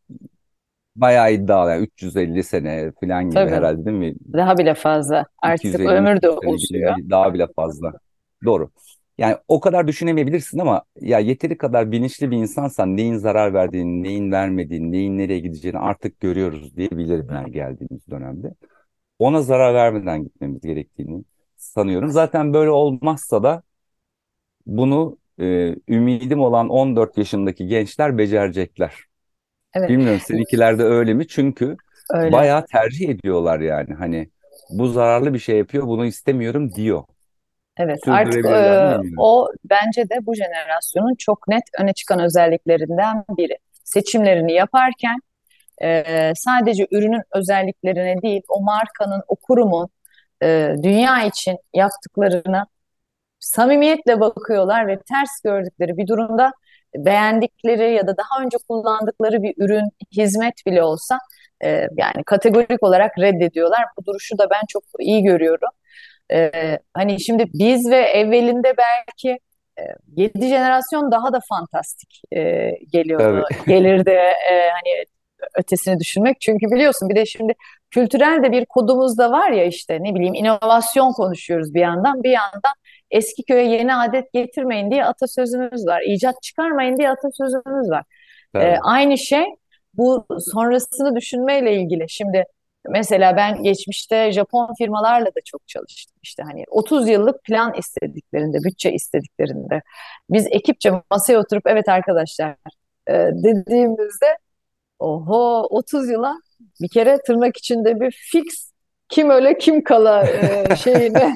Speaker 3: bayağı iddialı yani 350 sene falan gibi
Speaker 2: Tabii.
Speaker 3: herhalde değil mi?
Speaker 2: Daha bile fazla. Artık ömür de
Speaker 3: 250-300 sene
Speaker 2: uzuyor.
Speaker 3: gibi daha bile fazla. Doğru. Yani o kadar düşünemeyebilirsin ama ya yeteri kadar bilinçli bir insansan neyin zarar verdiğini, neyin vermediğini, neyin nereye gideceğini artık görüyoruz diyebilirim yani geldiğimiz dönemde. Ona zarar vermeden gitmemiz gerektiğini sanıyorum. Zaten böyle olmazsa da bunu ümidim olan 14 yaşındaki gençler becerecekler.
Speaker 2: Evet.
Speaker 3: Bilmiyorum seninkiler de öyle mi? Çünkü
Speaker 2: Öyle.
Speaker 3: bayağı tercih ediyorlar yani. Hani bu zararlı bir şey yapıyor, bunu istemiyorum diyor.
Speaker 2: Evet, artık
Speaker 3: Sürdürebilirler mi bilmiyorum.
Speaker 2: o bence de bu jenerasyonun çok net öne çıkan özelliklerinden biri. Seçimlerini yaparken sadece ürünün özelliklerine değil, o markanın, o kurumun dünya için yaptıklarına samimiyetle bakıyorlar ve ters gördükleri bir durumda beğendikleri ya da daha önce kullandıkları bir ürün, hizmet bile olsa yani kategorik olarak reddediyorlar. Bu duruşu da ben çok iyi görüyorum. Hani şimdi biz ve evvelinde belki 7 jenerasyon daha da fantastik geliyordu.
Speaker 3: Tabii.
Speaker 2: Gelirdi hani ötesini düşünmek. Çünkü biliyorsun bir de şimdi kültürel de bir kodumuz da var ya, işte ne bileyim, inovasyon konuşuyoruz bir yandan eski köye yeni adet getirmeyin diye atasözümüz var. İcat çıkarmayın diye atasözümüz var.
Speaker 3: Tabii.
Speaker 2: Aynı şey bu sonrasını düşünmeyle ilgili. Şimdi mesela ben geçmişte Japon firmalarla da çok çalıştım. İşte hani 30 yıllık plan istediklerinde, bütçe istediklerinde biz ekipçe masaya oturup evet arkadaşlar dediğimizde, oho, 30 yıla bir kere tırnak içinde bir fix, kim öle kim kala şeyine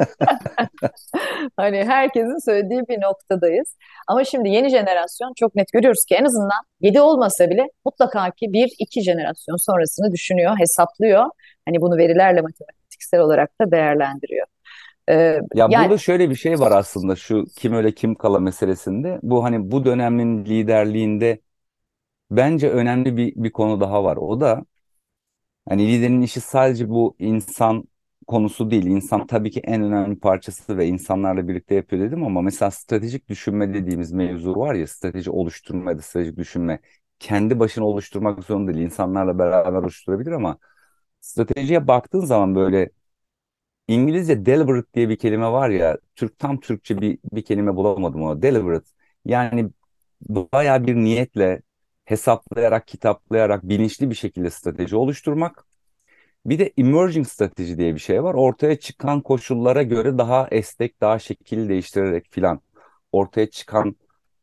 Speaker 2: hani herkesin söylediği bir noktadayız. Ama şimdi yeni jenerasyon çok net görüyoruz ki en azından 7 olmasa bile mutlaka ki bir iki jenerasyon sonrasını düşünüyor, hesaplıyor. Hani bunu verilerle matematiksel olarak da değerlendiriyor.
Speaker 3: Ya
Speaker 2: Yani
Speaker 3: burada şöyle bir şey var aslında, şu kim öyle kim kala meselesinde. Bu hani bu dönemin liderliğinde bence önemli bir konu daha var. O da hani liderin işi sadece bu insan konusu değil. İnsan tabii ki en önemli parçası ve insanlarla birlikte yapıyor dedim, ama mesela stratejik düşünme dediğimiz mevzu var ya, strateji oluşturma ya da stratejik düşünme. Kendi başına oluşturmak zorunda değil. İnsanlarla beraber oluşturabilir, ama stratejiye baktığın zaman böyle İngilizce deliberate diye bir kelime var ya, tam Türkçe bir kelime bulamadım ona. Deliberate. Yani bayağı bir niyetle hesaplayarak, kitaplayarak, bilinçli bir şekilde strateji oluşturmak. Bir de emerging strateji diye bir şey var. Ortaya çıkan koşullara göre daha esnek, daha şekil değiştirerek filan ortaya çıkan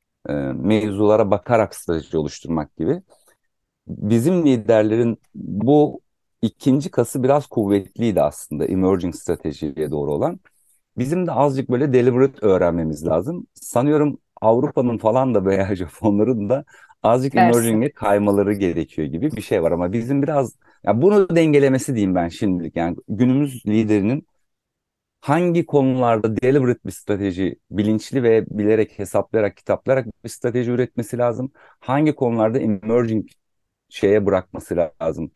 Speaker 3: mevzulara bakarak strateji oluşturmak gibi. Bizim liderlerin bu ikinci kası biraz kuvvetliydi aslında, emerging stratejiye doğru olan. Bizim de azıcık böyle deliberate öğrenmemiz lazım. Sanıyorum Avrupa'nın falan da veya Japonların da azıcık
Speaker 2: tersi.
Speaker 3: emerging'e kaymaları gerekiyor gibi bir şey var, ama bizim biraz ya bunu dengelemesi diyeyim ben şimdilik. Yani günümüz liderinin hangi konularda deliberate bir strateji, bilinçli ve bilerek, hesaplayarak, kitaplayarak bir strateji üretmesi lazım. Hangi konularda emerging şeye bırakması lazım,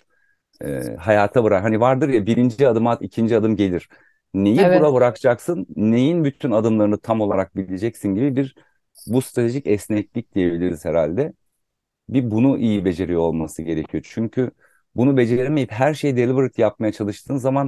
Speaker 3: hayata bırak. Hani vardır ya, birinci adım at, ikinci adım gelir. Neyi
Speaker 2: Evet,
Speaker 3: buna bırakacaksın, neyin bütün adımlarını tam olarak bileceksin gibi bir, bu stratejik esneklik diyebiliriz herhalde. Bir bunu iyi beceriyor olması gerekiyor. Çünkü bunu beceremeyip her şeyi deliberate yapmaya çalıştığın zaman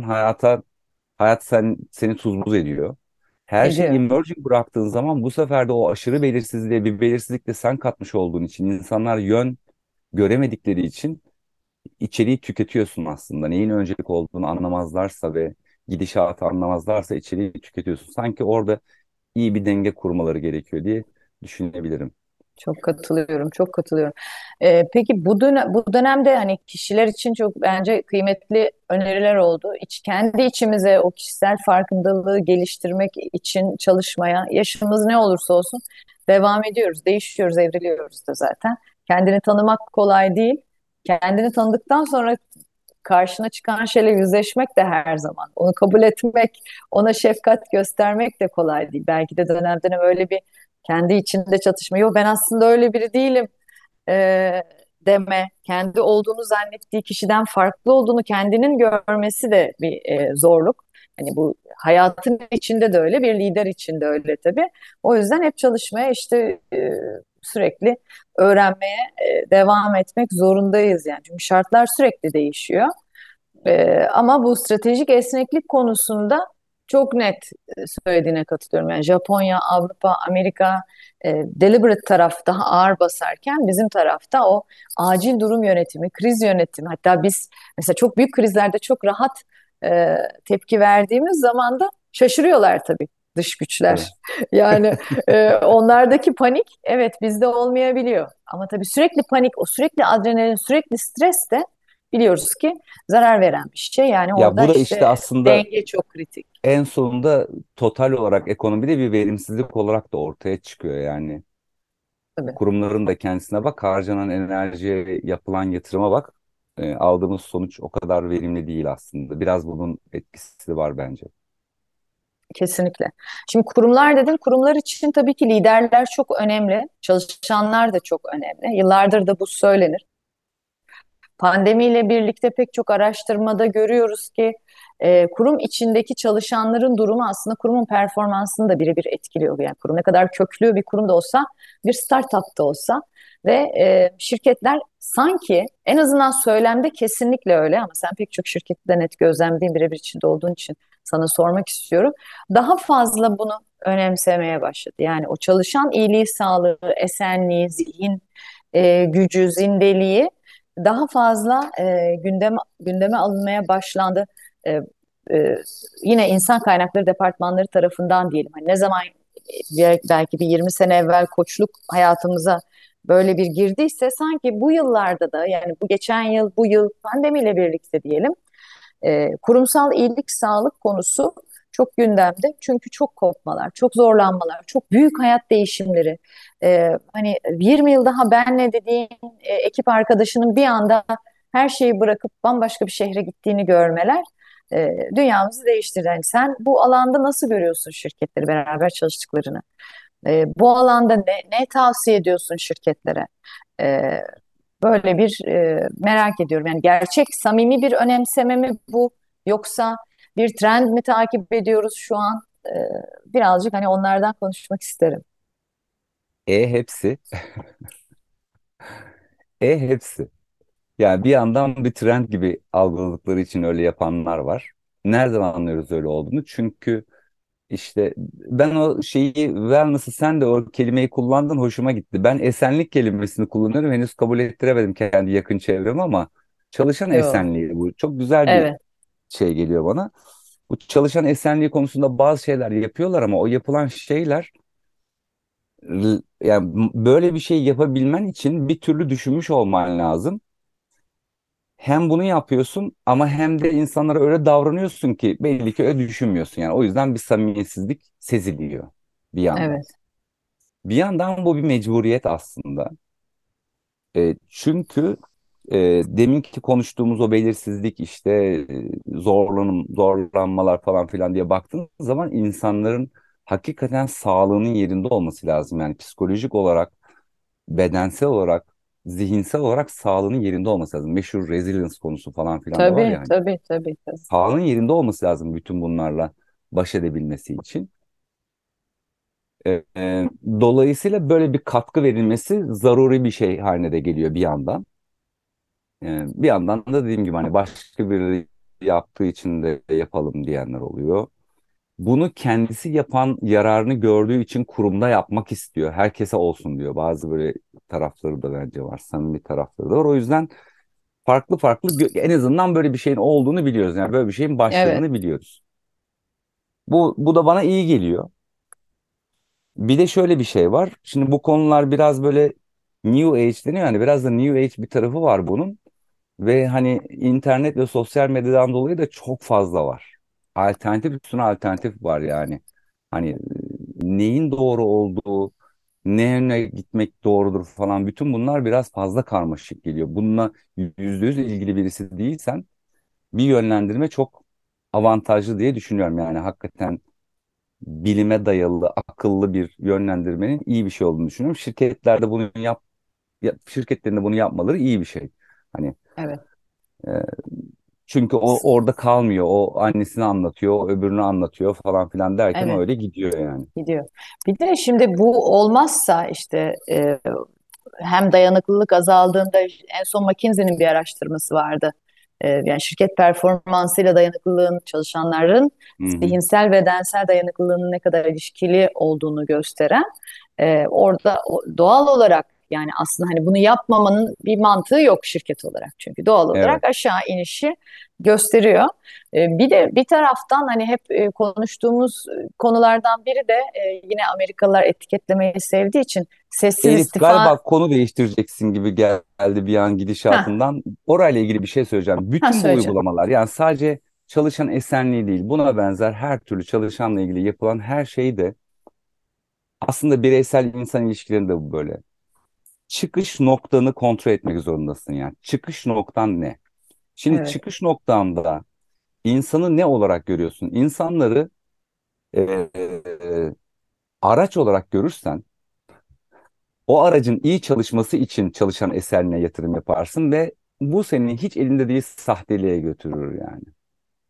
Speaker 3: hayat seni tuz buz ediyor. Her şeyi
Speaker 2: ediyor.
Speaker 3: emerging bıraktığın zaman bu sefer de o aşırı belirsizliğe bir belirsizlik de sen katmış olduğun için, insanlar yön göremedikleri için içeriği tüketiyorsun aslında. Neyin öncelik olduğunu anlamazlarsa ve gidişatı anlamazlarsa içeriği tüketiyorsun. Sanki orada iyi bir denge kurmaları gerekiyor diye düşünebilirim.
Speaker 2: Çok katılıyorum, çok katılıyorum. Peki bu dönemde hani kişiler için çok bence kıymetli öneriler oldu. Kendi içimize o kişisel farkındalığı geliştirmek için çalışmaya, yaşımız ne olursa olsun devam ediyoruz, değişiyoruz, evriliyoruz da zaten. Kendini tanımak kolay değil. Kendini tanıdıktan sonra karşına çıkan şeyle yüzleşmek de her zaman. Onu kabul etmek, ona şefkat göstermek de kolay değil. Belki de dönem dönem öyle bir kendi içinde çatışma. Yok, ben aslında öyle biri değilim deme. Kendi olduğunu zannettiği kişiden farklı olduğunu kendinin görmesi de bir zorluk. Hani bu hayatın içinde de öyle, bir lider için de öyle tabii. O yüzden hep çalışmaya, işte sürekli öğrenmeye devam etmek zorundayız yani. Çünkü şartlar sürekli değişiyor. Ama bu stratejik esneklik konusunda çok net söylediğine katılıyorum. Yani Japonya, Avrupa, Amerika deliberate taraf daha ağır basarken bizim tarafta o acil durum yönetimi, kriz yönetimi, hatta biz mesela çok büyük krizlerde çok rahat tepki verdiğimiz zaman da şaşırıyorlar tabii dış
Speaker 3: Evet.
Speaker 2: güçler. Yani onlardaki panik evet bizde olmayabiliyor. Ama tabii sürekli panik, o sürekli adrenalin, sürekli stres de biliyoruz ki zarar veren bir şey. Yani
Speaker 3: Ya
Speaker 2: orada
Speaker 3: bu da işte
Speaker 2: işte
Speaker 3: aslında
Speaker 2: denge çok kritik.
Speaker 3: en sonunda total olarak ekonomide bir verimsizlik olarak da ortaya çıkıyor yani.
Speaker 2: Tabii.
Speaker 3: Kurumların da kendisine bak, harcanan enerjiye, yapılan yatırıma bak. Aldığımız sonuç o kadar verimli değil aslında. Biraz bunun etkisi var bence.
Speaker 2: Kesinlikle. Şimdi kurumlar dedin, kurumlar için tabii ki liderler çok önemli, çalışanlar da çok önemli. Yıllardır da bu söylenir. Pandemiyle birlikte pek çok araştırmada görüyoruz ki kurum içindeki çalışanların durumu aslında kurumun performansını da birebir etkiliyor. Yani kurum ne kadar köklü bir kurum da olsa, bir startup da olsa ve şirketler sanki en azından söylemde kesinlikle öyle ama sen pek çok şirkette de net gözlemlediğin birebir içinde olduğun için sana sormak istiyorum. Daha fazla bunu önemsemeye başladı. Yani o çalışan iyiliği, sağlığı, esenliği, zihin gücü, zindeliği daha fazla gündeme alınmaya başlandı. E, e, Yine insan kaynakları departmanları tarafından diyelim. Hani ne zaman belki bir 20 sene evvel koçluk hayatımıza böyle bir girdiyse sanki bu yıllarda da yani bu geçen yıl, bu yıl pandemiyle birlikte diyelim kurumsal iyilik sağlık konusu çok gündemde. Çünkü çok kopmalar, çok zorlanmalar, çok büyük hayat değişimleri. Hani 20 yıl daha benle dediğin ekip arkadaşının bir anda her şeyi bırakıp bambaşka bir şehre gittiğini görmeler dünyamızı değiştirdi. Yani sen bu alanda nasıl görüyorsun şirketleri beraber çalıştıklarını? Bu alanda ne tavsiye ediyorsun şirketlere? E, Böyle bir merak ediyorum. Yani gerçek, samimi bir önemseme mi bu? Yoksa bir trend mi takip ediyoruz şu an? Birazcık hani onlardan konuşmak isterim.
Speaker 3: Hepsi. Hepsi. Yani bir yandan bir trend gibi algıladıkları için öyle yapanlar var. Nereden anlıyoruz öyle olduğunu? Çünkü işte ben o şeyi wellness'ı sen de o kelimeyi kullandın hoşuma gitti. Ben esenlik kelimesini kullanıyorum. Henüz kabul ettiremedim kendi yakın çevremi ama çalışan
Speaker 2: Yok.
Speaker 3: esenliği bu. Çok güzel bir
Speaker 2: Evet,
Speaker 3: şey geliyor bana. Bu çalışan esenliği konusunda bazı şeyler yapıyorlar ama o yapılan şeyler yani böyle bir şey yapabilmen için bir türlü düşünmüş olman lazım. Hem bunu yapıyorsun ama hem de insanlara öyle davranıyorsun ki belli ki öyle düşünmüyorsun. Yani o yüzden bir samimiyetsizlik seziliyor bir yandan.
Speaker 2: evet,
Speaker 3: Bir yandan bu bir mecburiyet aslında. Çünkü deminki konuştuğumuz o belirsizlik işte zorlanmalar falan filan diye baktığın zaman insanların hakikaten sağlığının yerinde olması lazım. Yani psikolojik olarak, bedensel olarak, zihinsel olarak sağlığının yerinde olması lazım. Meşhur resilience konusu falan filan da var
Speaker 2: tabii,
Speaker 3: yani.
Speaker 2: tabii, tabii, tabii.
Speaker 3: Sağlığın yerinde olması lazım bütün bunlarla baş edebilmesi için. Dolayısıyla böyle bir katkı verilmesi zaruri bir şey haline de geliyor bir yandan. Bir yandan da dediğim gibi hani başka biri yaptığı için de yapalım diyenler oluyor. Bunu kendisi yapan yararını gördüğü için kurumda yapmak istiyor. Herkese olsun diyor. Bazı böyle tarafları da bence var. Samimi tarafları da var. O yüzden farklı farklı en azından böyle bir şeyin olduğunu biliyoruz. Yani böyle bir şeyin
Speaker 2: Evet,
Speaker 3: başladığını biliyoruz. Bu da bana iyi geliyor. Bir de şöyle bir şey var. Şimdi bu konular biraz böyle New Age deniyor. Yani biraz da New Age bir tarafı var bunun. Ve hani internet ve sosyal medyadan dolayı da çok fazla var. Alternatif üstüne alternatif var yani. Hani neyin doğru olduğu, ne yöne gitmek doğrudur falan bütün bunlar biraz fazla karmaşık geliyor. Bununla %100 ilgili birisi değilsen bir yönlendirme çok avantajlı diye düşünüyorum. Yani hakikaten bilime dayalı, akıllı bir yönlendirmenin iyi bir şey olduğunu düşünüyorum. Şirketlerde bunu şirketlerin de bunu yapmaları iyi bir şey. Hani
Speaker 2: evet.
Speaker 3: çünkü o orada kalmıyor. O annesini anlatıyor, o öbürünü anlatıyor falan filan derken o
Speaker 2: Evet,
Speaker 3: öyle gidiyor yani.
Speaker 2: gidiyor. Bir de şimdi bu olmazsa işte hem dayanıklılık azaldığında en son McKinsey'nin bir araştırması vardı. Yani şirket performansıyla dayanıklılığın çalışanların
Speaker 3: Hı hı.
Speaker 2: zihinsel ve bedensel dayanıklılığının ne kadar ilişkili olduğunu gösteren orada doğal olarak yani aslında hani bunu yapmamanın bir mantığı yok şirket olarak. Çünkü doğal
Speaker 3: Evet.
Speaker 2: olarak aşağı inişi gösteriyor. Bir de bir taraftan hani hep konuştuğumuz konulardan biri de yine Amerikalılar etiketlemeyi sevdiği için sessiz
Speaker 3: Elif
Speaker 2: istifa.
Speaker 3: galiba konu değiştireceksin gibi geldi bir an
Speaker 2: Ha,
Speaker 3: gidişatından. Orayla ilgili bir şey söyleyeceğim.
Speaker 2: ha
Speaker 3: Bütün bu
Speaker 2: söyleyeceğim.
Speaker 3: uygulamalar yani sadece çalışan esenliği değil buna benzer her türlü çalışanla ilgili yapılan her şey de aslında bireysel insan ilişkilerinde bu böyle. Çıkış noktanı kontrol etmek zorundasın yani. Çıkış noktan ne? Şimdi
Speaker 2: Evet,
Speaker 3: çıkış noktanda insanı ne olarak görüyorsun? İnsanları e, araç olarak görürsen o aracın iyi çalışması için çalışan eserine yatırım yaparsın ve bu seni hiç elinde değil sahteliğe götürür yani.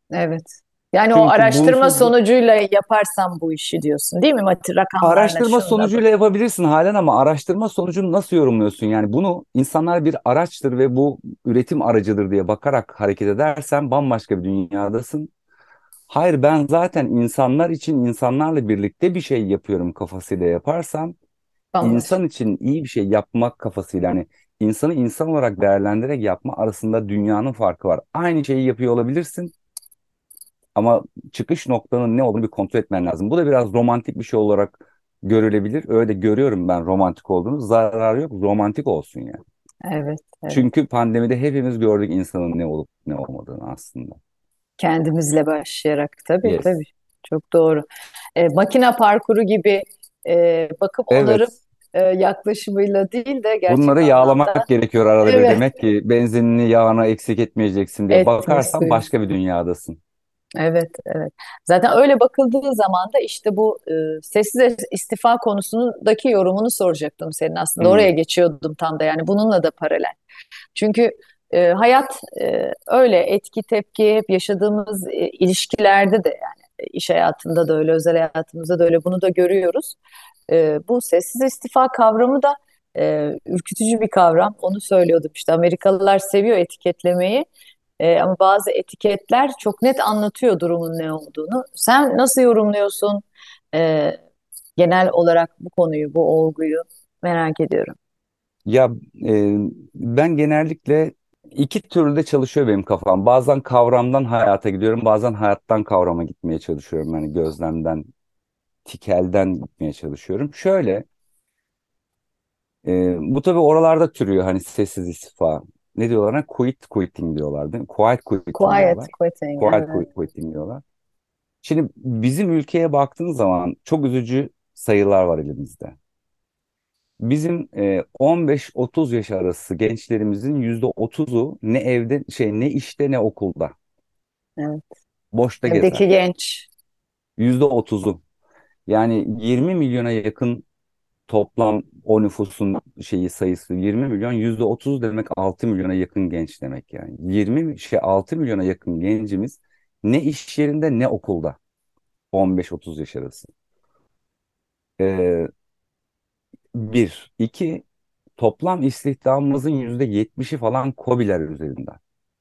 Speaker 2: Evet. Yani o
Speaker 3: Çünkü
Speaker 2: araştırma
Speaker 3: bunsuz
Speaker 2: sonucuyla yaparsam bu işi diyorsun, değil mi? Rakamlarla
Speaker 3: araştırma
Speaker 2: şunla bu.
Speaker 3: sonucuyla yapabilirsin halen ama araştırma sonucunu nasıl yorumluyorsun? Yani bunu insanlar bir araçtır ve bu üretim aracıdır diye bakarak hareket edersen bambaşka bir dünyadasın. Hayır, ben zaten insanlar için insanlarla birlikte bir şey yapıyorum kafasıyla yaparsam
Speaker 2: Bambaşka.
Speaker 3: insan için iyi bir şey yapmak kafasıyla hani insanı insan olarak değerlendirerek yapma arasında dünyanın farkı var. Aynı şeyi yapıyor olabilirsin ama çıkış noktanın ne olduğunu bir kontrol etmen lazım. Bu da biraz romantik bir şey olarak görülebilir. Öyle de görüyorum ben romantik olduğunu. Zararı yok, romantik olsun yani.
Speaker 2: Evet, evet.
Speaker 3: Çünkü pandemide hepimiz gördük insanın ne olup ne olmadığını aslında.
Speaker 2: Kendimizle başlayarak tabii tabii.
Speaker 3: Yes.
Speaker 2: Çok doğru. Makine parkuru gibi bakıp onarıp
Speaker 3: Evet.
Speaker 2: yaklaşımıyla değil de gerçek
Speaker 3: Bunları
Speaker 2: anlamda
Speaker 3: yağlamak gerekiyor arada bir.
Speaker 2: evet
Speaker 3: Demek ki benzinini yağını eksik etmeyeceksin diye
Speaker 2: etme
Speaker 3: bakarsan
Speaker 2: suyu.
Speaker 3: başka bir dünyadasın.
Speaker 2: Evet, evet. Zaten öyle bakıldığı zaman da işte bu sessiz istifa konusundaki yorumunu soracaktım senin aslında.
Speaker 3: Hmm.
Speaker 2: Oraya geçiyordum tam da yani bununla da paralel. Çünkü hayat öyle etki tepki hep yaşadığımız ilişkilerde de yani iş hayatında da öyle özel hayatımızda da öyle bunu da görüyoruz. Bu sessiz istifa kavramı da ürkütücü bir kavram. Onu söylüyordum işte Amerikalılar seviyor etiketlemeyi. Ama bazı etiketler çok net anlatıyor durumun ne olduğunu. Sen nasıl yorumluyorsun e, genel olarak bu konuyu, bu olguyu merak ediyorum.
Speaker 3: Ya ben genellikle iki türlü de çalışıyor benim kafam. Bazen kavramdan hayata gidiyorum, bazen hayattan kavrama gitmeye çalışıyorum. Yani gözlemden, tikelden gitmeye çalışıyorum. Şöyle, bu tabii oralarda türüyor hani sessiz istifa. Ne diyorlar? Quit quitting diyorlar değil mi? Quiet quitting
Speaker 2: Quiet
Speaker 3: diyorlar.
Speaker 2: quitting,
Speaker 3: Quiet
Speaker 2: evet.
Speaker 3: quitting diyorlar. Şimdi bizim ülkeye baktığın zaman çok üzücü sayılar var elimizde. Bizim 15-30 yaş arası gençlerimizin %30'u ne evde ne işte ne okulda.
Speaker 2: Evet.
Speaker 3: Boşta
Speaker 2: Evdeki
Speaker 3: gezer.
Speaker 2: genç.
Speaker 3: %30'u. Yani 20 milyona yakın toplam o nüfusun sayısı 20 milyon, %30 demek 6 milyona yakın genç demek yani. 6 milyona yakın gencimiz ne iş yerinde ne okulda. 15-30 yaş arası. E, Bir. İki, toplam istihdamımızın %70'i falan KOBİ'ler üzerinden.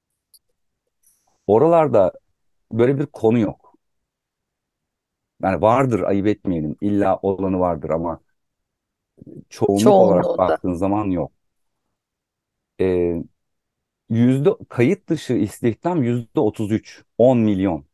Speaker 3: Oralarda böyle bir konu yok. Yani vardır, ayıp etmeyelim. İlla olanı vardır ama çoğunluk olarak
Speaker 2: Çoğunluğunda.
Speaker 3: baktığın zaman yok. Ee, kayıt dışı istihdam %33, 10 milyon.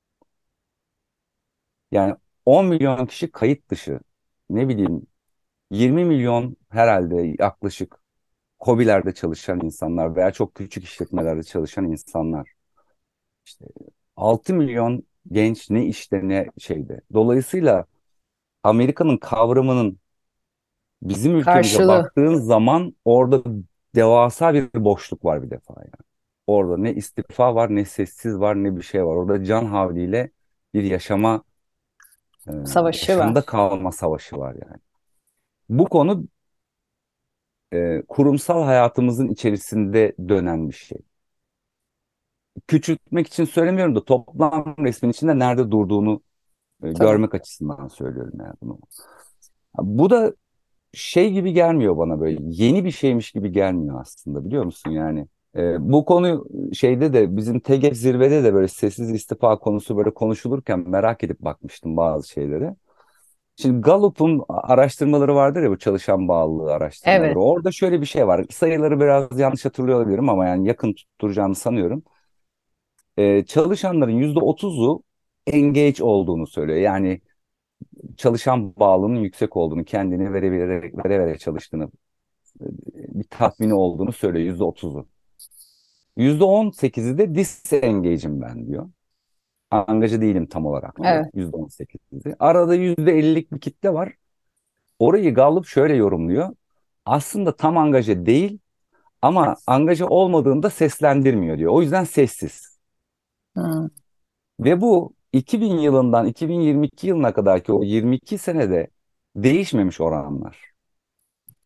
Speaker 3: Yani 10 milyon kişi kayıt dışı. Ne bileyim 20 milyon herhalde yaklaşık KOBİ'lerde çalışan insanlar veya çok küçük işletmelerde çalışan insanlar. İşte 6 milyon genç ne işte ne şeyde. Dolayısıyla Amerika'nın kavramının bizim ülkemize
Speaker 2: Karşılığı.
Speaker 3: baktığın zaman orada devasa bir boşluk var bir defa yani. Orada ne istifa var ne sessiz var ne bir şey var. Orada can havliyle bir e,
Speaker 2: Savaşı
Speaker 3: yaşamda
Speaker 2: var.
Speaker 3: kalma savaşı var yani. Bu konu kurumsal hayatımızın içerisinde dönen bir şey. Küçültmek için söylemiyorum da toplam resmin içinde nerede durduğunu
Speaker 2: Tabii.
Speaker 3: görmek açısından söylüyorum yani bunu. Bu da şey gibi gelmiyor bana böyle yeni bir şeymiş gibi gelmiyor aslında biliyor musun yani. Bu konu şeyde de bizim TGF zirvede de böyle sessiz istifa konusu böyle konuşulurken merak edip bakmıştım bazı şeylere. Şimdi Gallup'un araştırmaları vardır ya bu çalışan bağlılığı araştırmaları.
Speaker 2: Evet.
Speaker 3: Orada şöyle bir şey var. Sayıları biraz yanlış hatırlıyor olabilirim ama yani yakın tutturacağımı sanıyorum. Çalışanların %30'u engage olduğunu söylüyor. Yani çalışan bağlılığının yüksek olduğunu, kendini vere vere çalıştığını, bir tatmini olduğunu söylüyor %30'u. %18'i de disengaging ben diyor. Angaja değilim tam olarak diyor
Speaker 2: Evet.
Speaker 3: %18'i. Arada %50'lik bir kitle var. Orayı Gallup şöyle yorumluyor. Aslında tam angaja değil ama angaja olmadığında seslendirmiyor diyor. O yüzden sessiz.
Speaker 2: Hmm.
Speaker 3: Ve bu 2000 yılından 2022 yılına kadarki o 22 senede değişmemiş oranlar.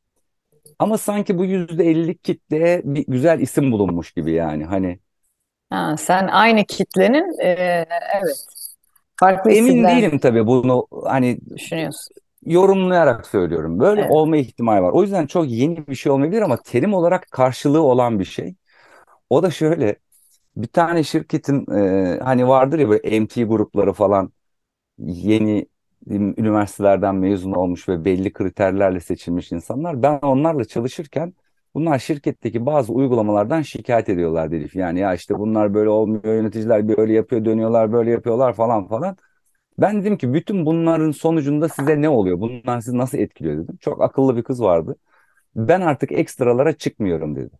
Speaker 3: Ama sanki bu %50'lik kitleye bir güzel isim bulunmuş gibi yani. Hani
Speaker 2: Ha, sen aynı kitlenin evet, farklı
Speaker 3: Emin
Speaker 2: isimler
Speaker 3: değilim tabii, bunu hani
Speaker 2: düşünüyorsun.
Speaker 3: yorumlayarak söylüyorum. Böyle
Speaker 2: Evet,
Speaker 3: olma ihtimali var. O yüzden çok yeni bir şey olmayabilir ama terim olarak karşılığı olan bir şey. O da şöyle: bir tane şirketin hani vardır ya böyle MT grupları falan, yeni üniversitelerden mezun olmuş ve belli kriterlerle seçilmiş insanlar. Ben onlarla çalışırken bunlar şirketteki bazı uygulamalardan şikayet ediyorlar Elif. Yani ya işte bunlar böyle olmuyor, yöneticiler böyle yapıyor, dönüyorlar böyle yapıyorlar falan falan. Ben dedim ki bütün bunların sonucunda size ne oluyor? Bunlar sizi nasıl etkiliyor dedim. Çok akıllı bir kız vardı. Ben artık ekstralara çıkmıyorum dedi.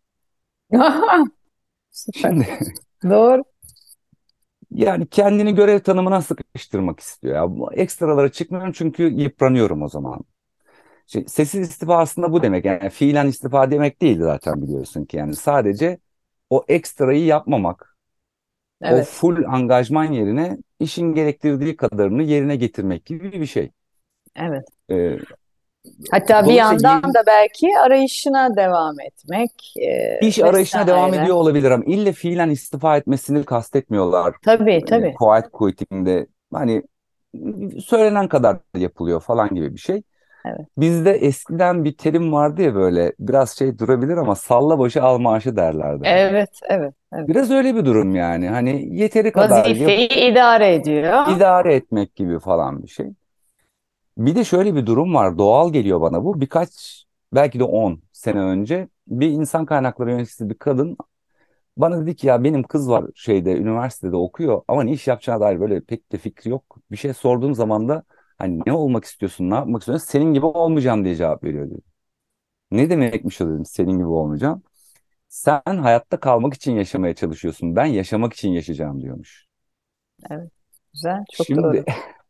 Speaker 2: süper.
Speaker 3: Şimdi
Speaker 2: Doğru.
Speaker 3: yani kendini görev tanımına sıkıştırmak istiyor. Ya, bu ekstralara çıkmıyorum çünkü yıpranıyorum o zaman. Sessiz istifa aslında bu demek. Yani fiilen istifa demek değil zaten, biliyorsun ki. Yani sadece o ekstrayı yapmamak, o
Speaker 2: Evet.
Speaker 3: full angajman yerine işin gerektirdiği kadarını yerine getirmek gibi bir şey.
Speaker 2: Evet.
Speaker 3: Ee,
Speaker 2: Hatta bir
Speaker 3: dolayısıyla
Speaker 2: yandan da belki arayışına devam etmek
Speaker 3: iş arayışına devam
Speaker 2: vesaire.
Speaker 3: ediyor olabilir ama ille fiilen istifa etmesini kastetmiyorlar.
Speaker 2: Tabii, tabii.
Speaker 3: Quiet quitting'de hani söylenen kadar yapılıyor falan gibi bir şey.
Speaker 2: Evet.
Speaker 3: Bizde eskiden bir terim vardı ya, böyle biraz şey durabilir ama salla başı al maaşı derlerdi hani.
Speaker 2: Evet, evet, evet.
Speaker 3: Biraz öyle bir durum yani. Hani yeteri kadar
Speaker 2: Vazifeyi idare ediyor.
Speaker 3: idare etmek gibi falan bir şey. Bir de şöyle bir durum var. Doğal geliyor bana bu. Birkaç, belki de 10 sene önce bir insan kaynakları yöneticisi bir kadın bana dedi ki ya benim kız var şeyde, üniversitede okuyor ama ne iş yapacağına dair böyle pek de fikri yok. Bir şey sorduğum zaman da hani ne olmak istiyorsun, ne yapmak istiyorsun? Senin gibi olmayacağım diye cevap veriyor dedi. Ne demekmiş o dedim, senin gibi olmayacağım. Sen hayatta kalmak için yaşamaya çalışıyorsun. Ben yaşamak için yaşayacağım diyormuş.
Speaker 2: Evet. Güzel, çok
Speaker 3: Şimdi
Speaker 2: doğru.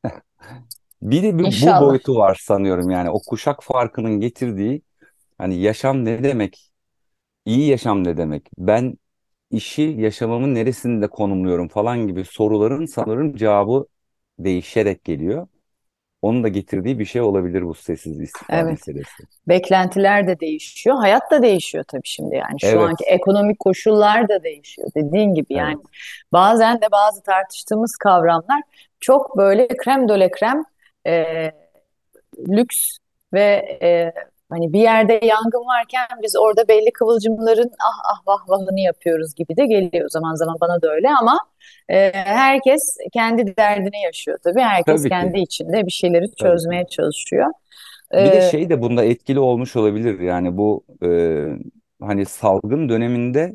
Speaker 3: bir de bu
Speaker 2: İnşallah.
Speaker 3: boyutu var sanıyorum, yani o kuşak farkının getirdiği, hani yaşam ne demek, iyi yaşam ne demek, ben işi yaşamamın neresinde konumluyorum falan gibi soruların sanırım cevabı değişerek geliyor. Onun da getirdiği bir şey olabilir bu sessiz istifa
Speaker 2: Evet.
Speaker 3: meselesi.
Speaker 2: Beklentiler de değişiyor. Hayat da değişiyor tabii şimdi yani. Şu anki
Speaker 3: Evet,
Speaker 2: ekonomik koşullar da değişiyor. Dediğin gibi yani.
Speaker 3: evet.
Speaker 2: Bazen de bazı tartıştığımız kavramlar çok böyle krem de la krem e, lüks ve hani bir yerde yangın varken biz orada belli kıvılcımların ah ah vah vahını yapıyoruz gibi de geliyor zaman zaman, bana da öyle ama herkes kendi derdini yaşıyor tabii. Herkes
Speaker 3: Tabii
Speaker 2: kendi
Speaker 3: ki,
Speaker 2: içinde bir şeyleri
Speaker 3: tabii ki.
Speaker 2: çözmeye çalışıyor.
Speaker 3: Bir de
Speaker 2: E,
Speaker 3: şey de bunda etkili olmuş olabilir. Yani bu hani salgın döneminde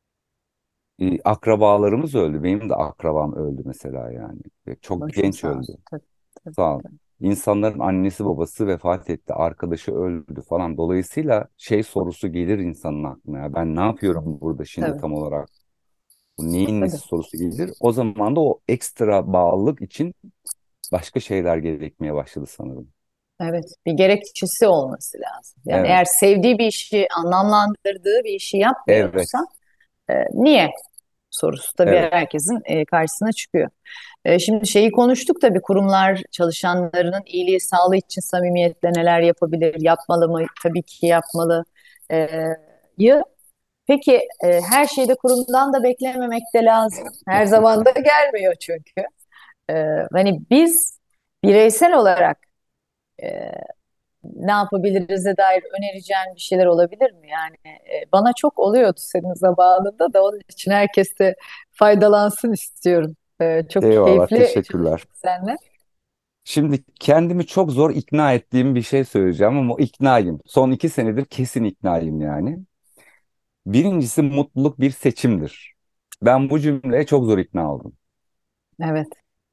Speaker 3: akrabalarımız öldü. Benim de akrabam öldü mesela yani. Ve çok
Speaker 2: Başın
Speaker 3: genç
Speaker 2: sağ
Speaker 3: öldü.
Speaker 2: olsun. Tabii, tabii,
Speaker 3: Sağ ol.
Speaker 2: tabii.
Speaker 3: İnsanların annesi babası vefat etti. Arkadaşı öldü falan. Dolayısıyla şey sorusu gelir insanın aklına. Ya ben ne yapıyorum burada şimdi
Speaker 2: Tabii,
Speaker 3: tam olarak? Bu neyin nesi
Speaker 2: tabii.
Speaker 3: sorusu gelir. O zaman da o ekstra bağlılık için başka şeyler gerekmeye başladı sanırım.
Speaker 2: Evet, bir gerekçesi olması lazım. Yani
Speaker 3: Evet.
Speaker 2: eğer sevdiği bir işi, anlamlandırdığı bir işi yapmıyorsa
Speaker 3: Evet.
Speaker 2: niye sorusu tabii
Speaker 3: Evet.
Speaker 2: herkesin karşısına çıkıyor. Şimdi şeyi konuştuk tabii, kurumlar çalışanlarının iyiliği, sağlığı için samimiyetle neler yapabilir, yapmalı mı? Tabii ki yapmalı. E, peki her şeyde kurumdan da beklememek de lazım. Her zaman da gelmiyor çünkü. E, hani biz bireysel olarak e, ne yapabiliriz'e dair önereceğin bir şeyler olabilir mi? Yani bana çok oluyordu senin zamanında da, onun için herkes de faydalansın istiyorum. Çok
Speaker 3: Eyvallah.
Speaker 2: keyifli
Speaker 3: Teşekkürler.
Speaker 2: çalıştık seninle.
Speaker 3: Şimdi kendimi çok zor ikna ettiğim bir şey söyleyeceğim ama iknayım. Son 2 senedir kesin iknayım yani. Birincisi, mutluluk bir seçimdir. Ben bu cümleye çok zor ikna oldum.
Speaker 2: Evet,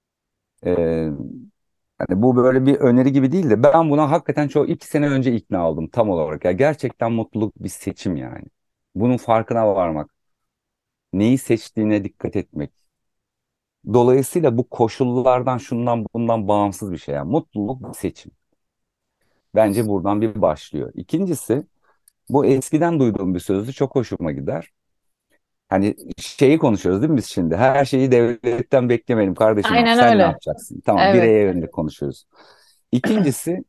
Speaker 3: Ee, hani bu böyle bir öneri gibi değil de ben buna hakikaten çok 2 sene önce ikna oldum tam olarak. Ya gerçekten mutluluk bir seçim yani. Bunun farkına varmak, neyi seçtiğine dikkat etmek. Dolayısıyla bu koşullardan, şundan bundan bağımsız bir şey. Yani mutluluk bir seçim. Bence buradan bir başlıyor. İkincisi, bu eskiden duyduğum bir sözü, çok hoşuma gider. Hani şeyi konuşuyoruz değil mi biz şimdi? Her şeyi devletten beklemeyelim kardeşim.
Speaker 2: aynen
Speaker 3: Sen ne
Speaker 2: öyle.
Speaker 3: yapacaksın? Tamam,
Speaker 2: Evet,
Speaker 3: bireye yönelik konuşuyoruz. İkincisi,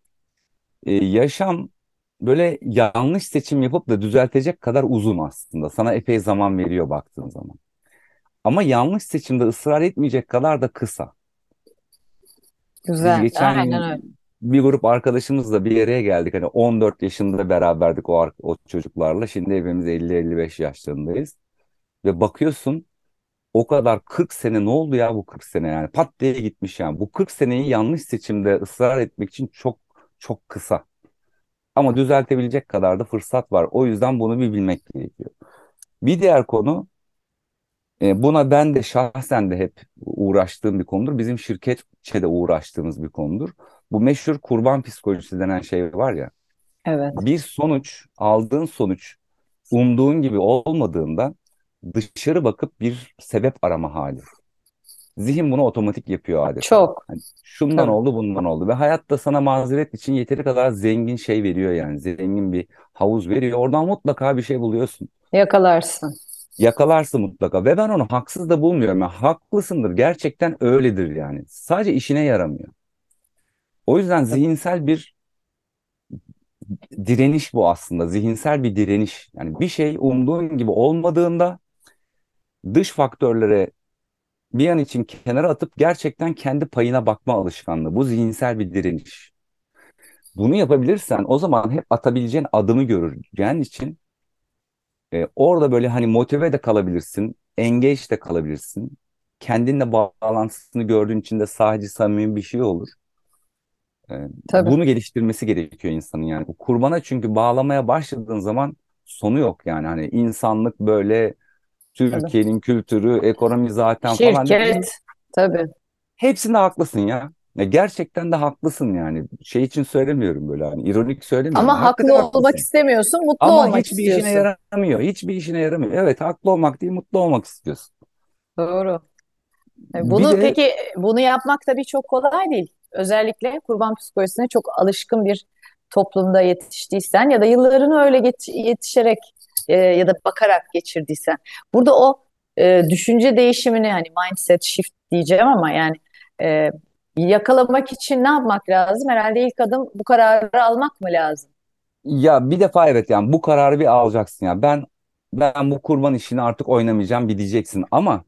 Speaker 3: yaşam böyle yanlış seçim yapıp da düzeltecek kadar uzun aslında. Sana epey zaman veriyor baktığın zaman. Ama yanlış seçimde ısrar etmeyecek kadar da kısa. Biz
Speaker 2: Güzel.
Speaker 3: geçen
Speaker 2: Aynen
Speaker 3: gün
Speaker 2: öyle.
Speaker 3: bir grup arkadaşımızla bir araya geldik. Hani 14 yaşında beraberdik o çocuklarla. Şimdi hepimiz 50-55 yaşlarındayız. Ve bakıyorsun, o kadar 40 sene ne oldu ya, bu 40 sene yani pat diye gitmiş yani. Bu 40 seneyi yanlış seçimde ısrar etmek için çok çok kısa. Ama düzeltebilecek kadar da fırsat var. O yüzden bunu bir bilmek gerekiyor. Bir diğer konu, buna ben de şahsen de hep uğraştığım bir konudur. Bizim şirketçe de uğraştığımız bir konudur. Bu meşhur kurban psikolojisi denen şey var ya.
Speaker 2: Evet.
Speaker 3: Aldığın sonuç umduğun gibi olmadığında dışarı bakıp bir sebep arama hali. Zihin bunu otomatik yapıyor adeta.
Speaker 2: Çok.
Speaker 3: Hani şundan
Speaker 2: Tabii.
Speaker 3: oldu, bundan oldu. Ve hayatta sana mazeret için yeteri kadar zengin şey veriyor yani. Zengin bir havuz veriyor. Oradan mutlaka bir şey buluyorsun.
Speaker 2: Yakalarsın.
Speaker 3: Yakalarsın mutlaka. Ve ben onu haksız da bulmuyorum. Yani haklısındır. Gerçekten öyledir yani. Sadece işine yaramıyor. O yüzden
Speaker 2: Tabii.
Speaker 3: zihinsel bir direniş bu aslında. Zihinsel bir direniş. Yani bir şey umduğun gibi olmadığında dış faktörlere bir an için kenara atıp gerçekten kendi payına bakma alışkanlığı. Bu zihinsel bir direniş. Bunu yapabilirsen o zaman hep atabileceğin adımı göreceğin için orada böyle hani motive de kalabilirsin, engage de kalabilirsin. Kendinle bağlantısını gördüğün için de sadece samimi bir şey olur.
Speaker 2: Tabii.
Speaker 3: Bunu geliştirmesi gerekiyor insanın yani. Bu kurbana çünkü bağlamaya başladığın zaman sonu yok yani. Hani insanlık böyle,
Speaker 2: Tabii.
Speaker 3: Türkiye'nin kültürü, ekonomi zaten falan dediğin,
Speaker 2: Şirket. Tabii.
Speaker 3: hepsinde haklısın ya. Gerçekten de haklısın yani. Şey için söylemiyorum, böyle hani ironik söylemiyorum.
Speaker 2: Ama
Speaker 3: Hakikaten
Speaker 2: haklı olmak
Speaker 3: haklısın.
Speaker 2: istemiyorsun, mutlu
Speaker 3: Ama
Speaker 2: olmak
Speaker 3: hiçbir işine
Speaker 2: istiyorsun.
Speaker 3: yaramıyor. Hiçbir işine yaramıyor. Evet, haklı olmak değil, mutlu olmak istiyorsun.
Speaker 2: Doğru.
Speaker 3: Bir
Speaker 2: Bunu
Speaker 3: de
Speaker 2: peki bunu yapmak tabii çok kolay değil. Özellikle kurban psikolojisine çok alışkın bir toplumda yetiştiysen ya da yıllarını öyle yetişerek ya da bakarak geçirdiysen. Burada o düşünce değişimini hani mindset shift diyeceğim ama yani e, yakalamak için ne yapmak lazım? Herhalde ilk adım bu kararı almak mı lazım?
Speaker 3: ya bir defa evet, yani bu kararı bir alacaksın ya. Ben bu kurban işini artık oynamayacağım bir diyeceksin. Ama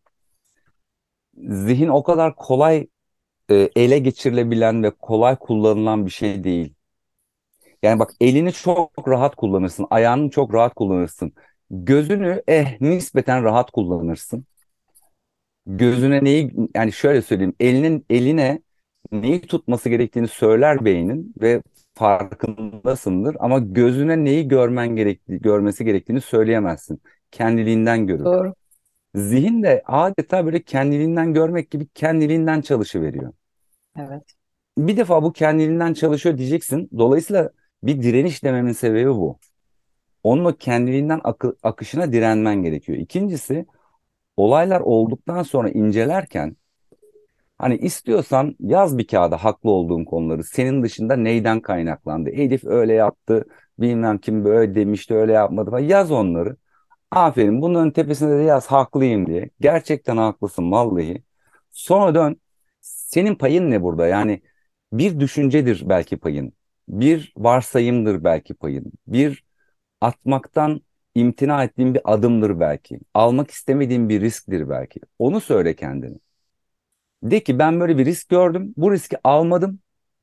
Speaker 3: zihin o kadar kolay ele geçirilebilen ve kolay kullanılan bir şey değil. Yani bak, elini çok rahat kullanırsın, ayağını çok rahat kullanırsın. Gözünü nispeten rahat kullanırsın. Gözüne neyi, yani şöyle söyleyeyim, eline neyi tutması gerektiğini söyler beynin ve farkındasındır, ama gözüne neyi görmesi gerektiğini söyleyemezsin. Kendiliğinden görür.
Speaker 2: Doğru.
Speaker 3: Zihin de adeta böyle kendiliğinden görmek gibi kendiliğinden çalışıveriyor.
Speaker 2: Evet.
Speaker 3: Bir defa bu kendiliğinden çalışıyor diyeceksin. Dolayısıyla bir direniş dememin sebebi bu. Onun o kendiliğinden akışına direnmen gerekiyor. İkincisi, olaylar olduktan sonra incelerken, hani istiyorsan yaz bir kağıda haklı olduğun konuları. Senin dışında neyden kaynaklandı? Elif öyle yaptı, bilmem kim böyle demişti, öyle yapmadı falan. Yaz onları. Aferin, bunların tepesinde de yaz haklıyım diye. Gerçekten haklısın vallahi. Sonra dön. Senin payın ne burada? Yani bir düşüncedir belki payın. Bir varsayımdır belki payın. Bir atmaktan imtina ettiğin bir adımdır belki. Almak istemediğin bir risktir belki. Onu söyle kendine. De ki ben böyle bir risk gördüm. Bu riski almadım.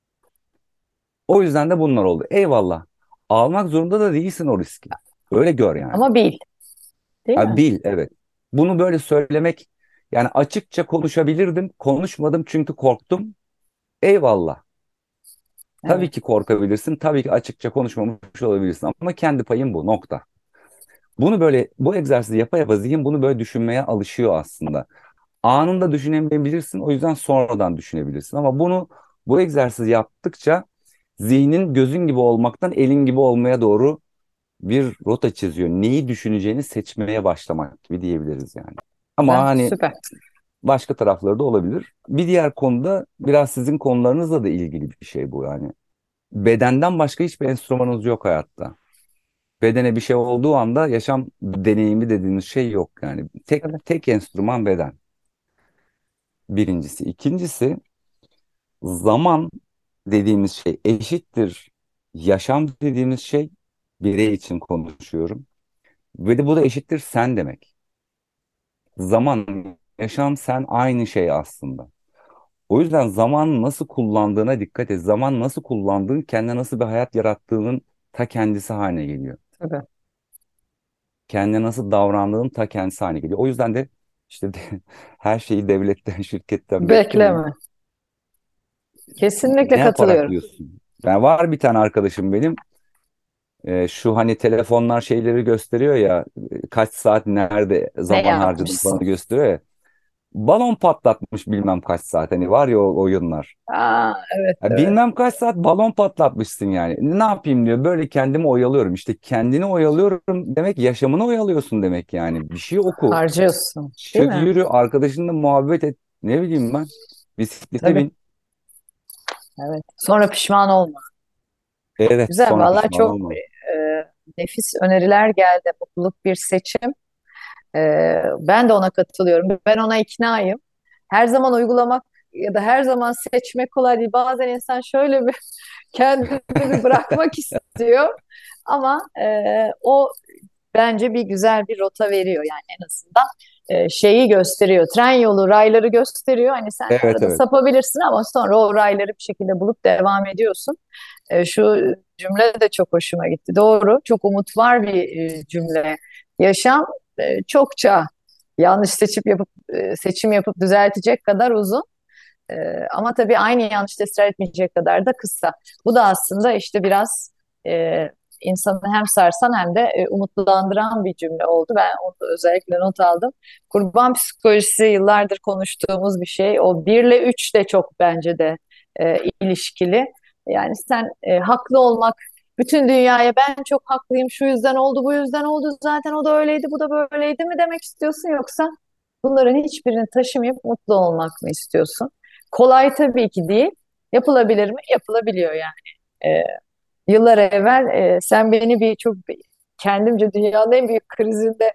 Speaker 3: O yüzden de bunlar oldu. Eyvallah. Almak zorunda da değilsin o riski. Öyle gör yani.
Speaker 2: Ama bil, değil
Speaker 3: Ha,
Speaker 2: mi?
Speaker 3: bil, evet. Bunu böyle söylemek, yani açıkça konuşabilirdim. Konuşmadım çünkü korktum. Eyvallah. Tabii
Speaker 2: Evet.
Speaker 3: ki korkabilirsin. Tabii ki açıkça konuşmamış olabilirsin. Ama kendi payın bu, nokta. Bunu böyle, bu egzersizi yapa yapa zihin bunu böyle düşünmeye alışıyor aslında. Anında düşünemeyebilirsin. O yüzden sonradan düşünebilirsin. Ama bu egzersizi yaptıkça zihnin gözün gibi olmaktan elin gibi olmaya doğru bir rota çiziyor. Neyi düşüneceğini seçmeye başlamak gibi diyebiliriz yani. Ama
Speaker 2: Güzel,
Speaker 3: hani
Speaker 2: süper.
Speaker 3: başka tarafları da olabilir. Bir diğer konuda biraz sizin konularınızla da ilgili bir şey bu yani. Bedenden başka hiçbir enstrümanınız yok hayatta. Bedene bir şey olduğu anda yaşam deneyimi dediğiniz şey yok yani.
Speaker 2: Tabii.
Speaker 3: Tek enstrüman beden. Birincisi. İkincisi, zaman dediğimiz şey eşittir yaşam dediğimiz şey, birey için konuşuyorum. Ve de bu da eşittir sen demek. Zaman yaşam, sen aynı şey aslında. O yüzden zaman nasıl kullandığına dikkat et. Zaman nasıl kullandığın kendine nasıl bir hayat yarattığının ta kendisi haline geliyor.
Speaker 2: Tabii.
Speaker 3: Kendine nasıl davrandığın ta kendisi haline geliyor. O yüzden de işte her şeyi devletten, şirketten beklemeyin.
Speaker 2: Bekleme. Kesinlikle
Speaker 3: Ne yaparak
Speaker 2: katılıyorum.
Speaker 3: diyorsun? Ben var bir tane arkadaşım benim. Şu hani telefonlar şeyleri gösteriyor ya, kaç saat nerede
Speaker 2: Ne
Speaker 3: zaman harcadım falan
Speaker 2: yapmışsın?
Speaker 3: gösteriyor ya. Balon patlatmış bilmem kaç saat, hani var ya o oyunlar.
Speaker 2: Aa, evet,
Speaker 3: Ya
Speaker 2: evet.
Speaker 3: bilmem kaç saat balon patlatmışsın yani. Ne yapayım diyor. Böyle kendimi oyalıyorum. İşte kendini oyalıyorum demek yaşamını oyalıyorsun demek yani. Bir şey oku.
Speaker 2: Harcıyorsun, değil
Speaker 3: Çık
Speaker 2: mi?
Speaker 3: yürü arkadaşınla muhabbet et. Ne bileyim ben. Bisiklete
Speaker 2: Tabii.
Speaker 3: bin.
Speaker 2: Evet. Sonra pişman olma.
Speaker 3: Evet,
Speaker 2: Güzel.
Speaker 3: sonra
Speaker 2: Vallahi
Speaker 3: pişman
Speaker 2: çok
Speaker 3: olma.
Speaker 2: nefis öneriler geldi. Mutluluk bir seçim. Ben de ona katılıyorum. Ben ona iknaayım. Her zaman uygulamak ya da her zaman seçmek kolay değil. Bazen insan şöyle bir kendini bir bırakmak istiyor. Ama o bence bir güzel bir rota veriyor yani en azından şeyi gösteriyor. Tren yolu rayları gösteriyor. Hani sen
Speaker 3: Evet,
Speaker 2: arada
Speaker 3: evet.
Speaker 2: sapabilirsin ama sonra o rayları bir şekilde bulup devam ediyorsun. Şu cümle de çok hoşuma gitti. Doğru. Çok umut var bir cümle. Yaşam çokça yanlış seçim yapıp düzeltecek kadar uzun. Ama tabii aynı yanlış tekrar etmeyecek kadar da kısa. Bu da aslında işte biraz e, insanı hem sarsan hem de umutlandıran bir cümle oldu. Ben onu özellikle not aldım. Kurban psikolojisi yıllardır konuştuğumuz bir şey. O 1 ile 3 de çok bence de ilişkili. Yani sen haklı olmak, bütün dünyaya ben çok haklıyım, şu yüzden oldu, bu yüzden oldu, zaten o da öyleydi, bu da böyleydi mi demek istiyorsun, yoksa bunların hiçbirini taşımayıp mutlu olmak mı istiyorsun? Kolay tabii ki değil. Yapılabilir mi? Yapılabiliyor yani. Yıllar evvel sen beni kendimce dünyanın en büyük krizinde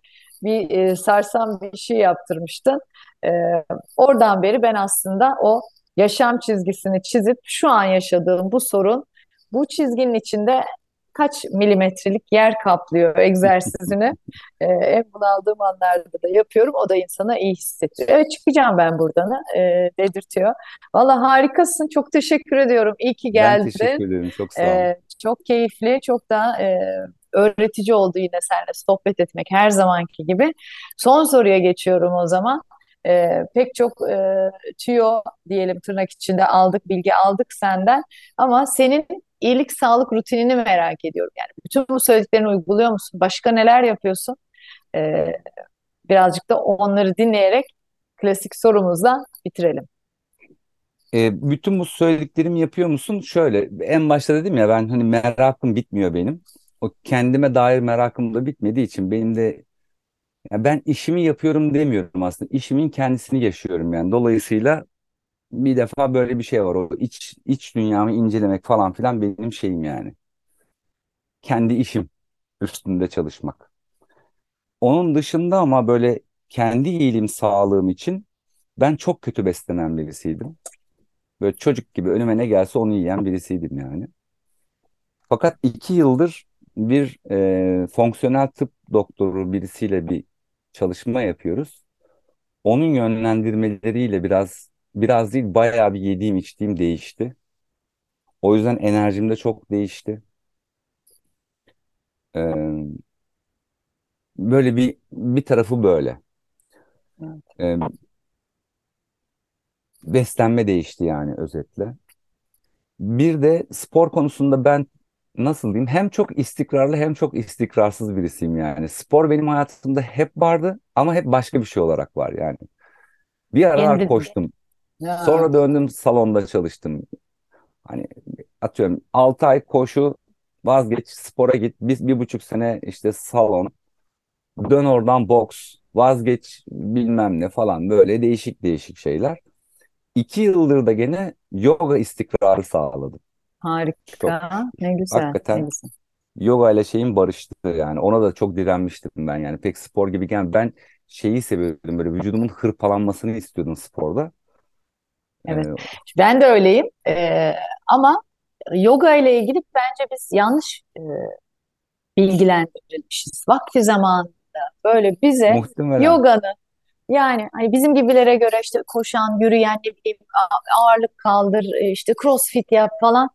Speaker 2: sarsan bir şey yaptırmıştın. E, Oradan beri ben aslında o yaşam çizgisini çizip şu an yaşadığım bu sorun bu çizginin içinde kaç milimetrelik yer kaplıyor egzersizini en bunaldığım anlarda da yapıyorum. O da insana iyi hissettiriyor. Evet, çıkacağım ben buradan dedirtiyor. Valla harikasın. Çok teşekkür ediyorum. İyi ki
Speaker 3: Ben
Speaker 2: geldin.
Speaker 3: teşekkür ederim. Çok sağ olun.
Speaker 2: Çok keyifli, çok da öğretici oldu yine seninle sohbet etmek her zamanki gibi. Son soruya geçiyorum o zaman. Pek çok tüyo diyelim tırnak içinde aldık, bilgi aldık senden. Ama senin iyilik sağlık rutinini merak ediyorum. Yani bütün bu söylediklerini uyguluyor musun? Başka neler yapıyorsun? Ee, Birazcık da onları dinleyerek klasik sorumuzla bitirelim.
Speaker 3: Bütün bu söylediklerimi yapıyor musun? Şöyle en başta dedim ya, ben hani merakım bitmiyor benim. O kendime dair merakım da bitmediği için benim de, ya ben işimi yapıyorum demiyorum aslında. İşimin kendisini yaşıyorum yani. Dolayısıyla bir defa böyle bir şey var. O iç dünyamı incelemek falan filan benim şeyim yani. Kendi işim üstünde çalışmak. Onun dışında ama böyle kendi iyiliğim, sağlığım için ben çok kötü beslenen birisiydim. Böyle çocuk gibi önüme ne gelse onu yiyen birisiydim yani. Fakat 2 yıldır bir fonksiyonel tıp doktoru birisiyle bir çalışma yapıyoruz. Onun yönlendirmeleriyle biraz değil bayağı bir yediğim içtiğim değişti. O yüzden enerjim de çok değişti. E, Böyle bir tarafı böyle. E, Beslenme değişti yani özetle. Bir de spor konusunda ben nasıl diyeyim, hem çok istikrarlı hem çok istikrarsız birisiyim yani. Spor benim hayatımda hep vardı ama hep başka bir şey olarak var yani. Bir aralar
Speaker 2: Kendi
Speaker 3: koştum.
Speaker 2: ya,
Speaker 3: Sonra döndüm salonda çalıştım. Hani atıyorum 6 ay koşu, vazgeç spora git. Biz 1,5 sene işte salon. Dön oradan boks, vazgeç bilmem ne falan, böyle değişik değişik şeyler. 2 yıldır da gene yoga istikrarı sağladım. Çok
Speaker 2: harika. Ne güzel, ne
Speaker 3: hakikaten
Speaker 2: güzel.
Speaker 3: yoga ile şeyin barıştı yani. Ona da çok direnmiştim ben yani. Pek spor gibi gel. Ben şeyi seviyordum, böyle vücudumun hırpalanmasını istiyordum sporda.
Speaker 2: Evet.
Speaker 3: Ee,
Speaker 2: Ben de öyleyim. Ama yoga ile ilgili bence biz yanlış bilgilendirilmişiz. Vakti zamanında böyle bize
Speaker 3: Muhtemelen.
Speaker 2: yoganın Yani hani bizim gibilere göre işte koşan, yürüyen, ne bileyim, ağırlık kaldır, işte crossfit yap falan,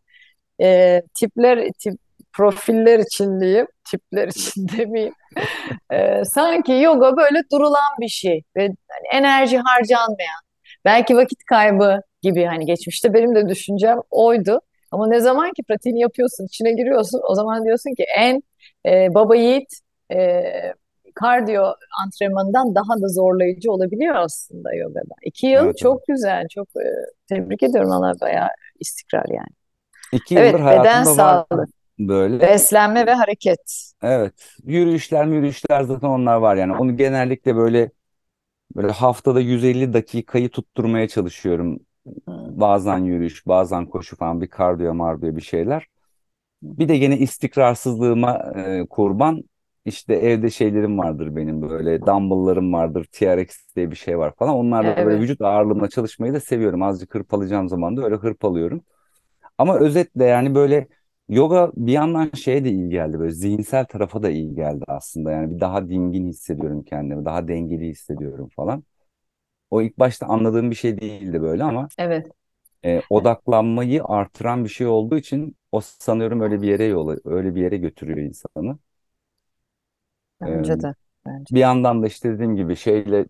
Speaker 2: profiller için diyeyim, tipler için demeyeyim. Sanki yoga böyle durulan bir şey ve hani enerji harcanmayan, belki vakit kaybı gibi, hani geçmişte benim de düşüncem oydu. Ama ne zaman ki pratiğini yapıyorsun, içine giriyorsun, o zaman diyorsun ki en baba yiğit e, kardiyo antrenmanından daha da zorlayıcı olabiliyor aslında yogada. 2 yıl
Speaker 3: Evet, evet.
Speaker 2: çok güzel, çok tebrik ediyorum, valla bayağı istikrar yani.
Speaker 3: 2 yıldır
Speaker 2: Evet, beden
Speaker 3: hayatımda var
Speaker 2: sağlığı,
Speaker 3: böyle.
Speaker 2: beslenme ve hareket.
Speaker 3: Evet. Yürüyüşler zaten onlar var yani. Onu genellikle böyle haftada 150 dakikayı tutturmaya çalışıyorum.
Speaker 2: Hmm.
Speaker 3: Bazen yürüyüş, bazen koşu falan, bir kardiyo mardiyo bir şeyler. Bir de gene istikrarsızlığıma kurban. İşte evde şeylerim vardır benim, böyle dumbbell'larım vardır. TRX diye bir şey var falan. Onlarla böyle
Speaker 2: Evet.
Speaker 3: vücut ağırlığımla çalışmayı da seviyorum. Azıcık hırpalayacağım zaman da öyle hırpalıyorum. Ama özetle yani böyle yoga bir yandan şeye de iyi geldi. Böyle zihinsel tarafa da iyi geldi aslında. Yani bir daha dingin hissediyorum kendimi. Daha dengeli hissediyorum falan. O ilk başta anladığım bir şey değildi böyle ama
Speaker 2: Evet.
Speaker 3: odaklanmayı artıran bir şey olduğu için o sanıyorum öyle bir yere götürüyor insanı. E,
Speaker 2: Bence de. Bence.
Speaker 3: Bir yandan da işte dediğim gibi şeyle,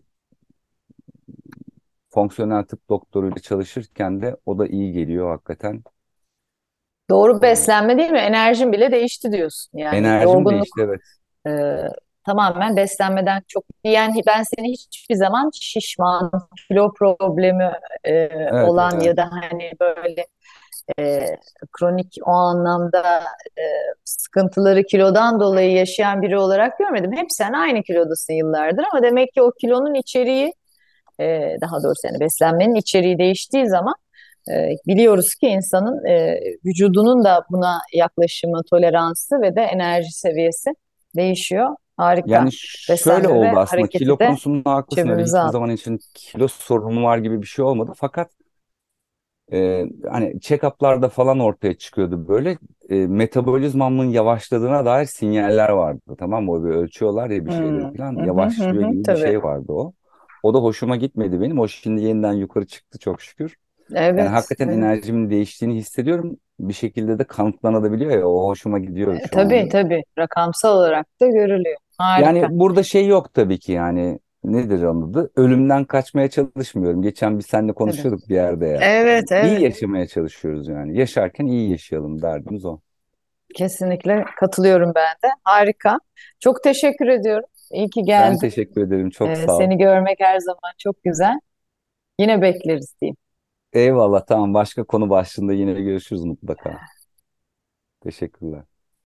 Speaker 3: fonksiyonel tıp doktoruyla çalışırken de o da iyi geliyor hakikaten.
Speaker 2: Doğru
Speaker 3: E,
Speaker 2: beslenme değil mi? Enerjin bile değişti diyorsun. Yani
Speaker 3: Enerjim değişti,
Speaker 2: yorgunluk
Speaker 3: evet.
Speaker 2: e, tamamen beslenmeden çok. Yani ben seni hiçbir zaman şişman, kilo problemi
Speaker 3: Evet,
Speaker 2: olan
Speaker 3: evet.
Speaker 2: ya da hani böyle e, kronik o anlamda e, sıkıntıları kilodan dolayı yaşayan biri olarak görmedim. Hep sen aynı kilodasın yıllardır, ama demek ki o kilonun içeriği, daha doğrusu yani beslenmenin içeriği değiştiği zaman biliyoruz ki insanın vücudunun da buna yaklaşımı, toleransı ve de enerji seviyesi değişiyor. Harika.
Speaker 3: Yani şöyle
Speaker 2: Beslenme ve
Speaker 3: oldu aslında,
Speaker 2: hareketi
Speaker 3: kilo
Speaker 2: de
Speaker 3: konusunda haklısın, öyle
Speaker 2: cebimize
Speaker 3: hiçbir
Speaker 2: aldık.
Speaker 3: zaman için kilo sorunu var gibi bir şey olmadı. Fakat hani check-up'larda falan ortaya çıkıyordu böyle, metabolizmamın yavaşladığına dair sinyaller vardı, tamam mı? O bir ölçüyorlar ya bir şeyleri
Speaker 2: Hmm.
Speaker 3: falan,
Speaker 2: Hı hı, hı
Speaker 3: yavaşlıyor
Speaker 2: hı,
Speaker 3: gibi bir
Speaker 2: tabii.
Speaker 3: şey vardı o. O da hoşuma gitmedi benim. O şimdi yeniden yukarı çıktı çok şükür. Yani
Speaker 2: Evet,
Speaker 3: hakikaten
Speaker 2: evet.
Speaker 3: enerjimin değiştiğini hissediyorum. Bir şekilde de kanıtlanabiliyor ya, o hoşuma gidiyor şu
Speaker 2: Tabii,
Speaker 3: anda.
Speaker 2: tabii. Rakamsal olarak da görülüyor.
Speaker 3: Yani
Speaker 2: Harika.
Speaker 3: burada şey yok tabii ki, yani nedir onun adı? Ölümden kaçmaya çalışmıyorum. Geçen bir seninle
Speaker 2: Tabii.
Speaker 3: konuşuyorduk bir yerde ya.
Speaker 2: Evet,
Speaker 3: İyi
Speaker 2: evet.
Speaker 3: yaşamaya çalışıyoruz yani. Yaşarken iyi yaşayalım, derdimiz o.
Speaker 2: Kesinlikle katılıyorum ben de. Harika. Çok teşekkür ediyorum. İyi ki
Speaker 3: Ben
Speaker 2: geldin.
Speaker 3: teşekkür ederim. Çok sağ ol.
Speaker 2: Seni görmek her zaman çok güzel. Yine bekleriz diyeyim.
Speaker 3: Eyvallah, tamam. Başka konu başlığında yine görüşürüz mutlaka. Teşekkürler.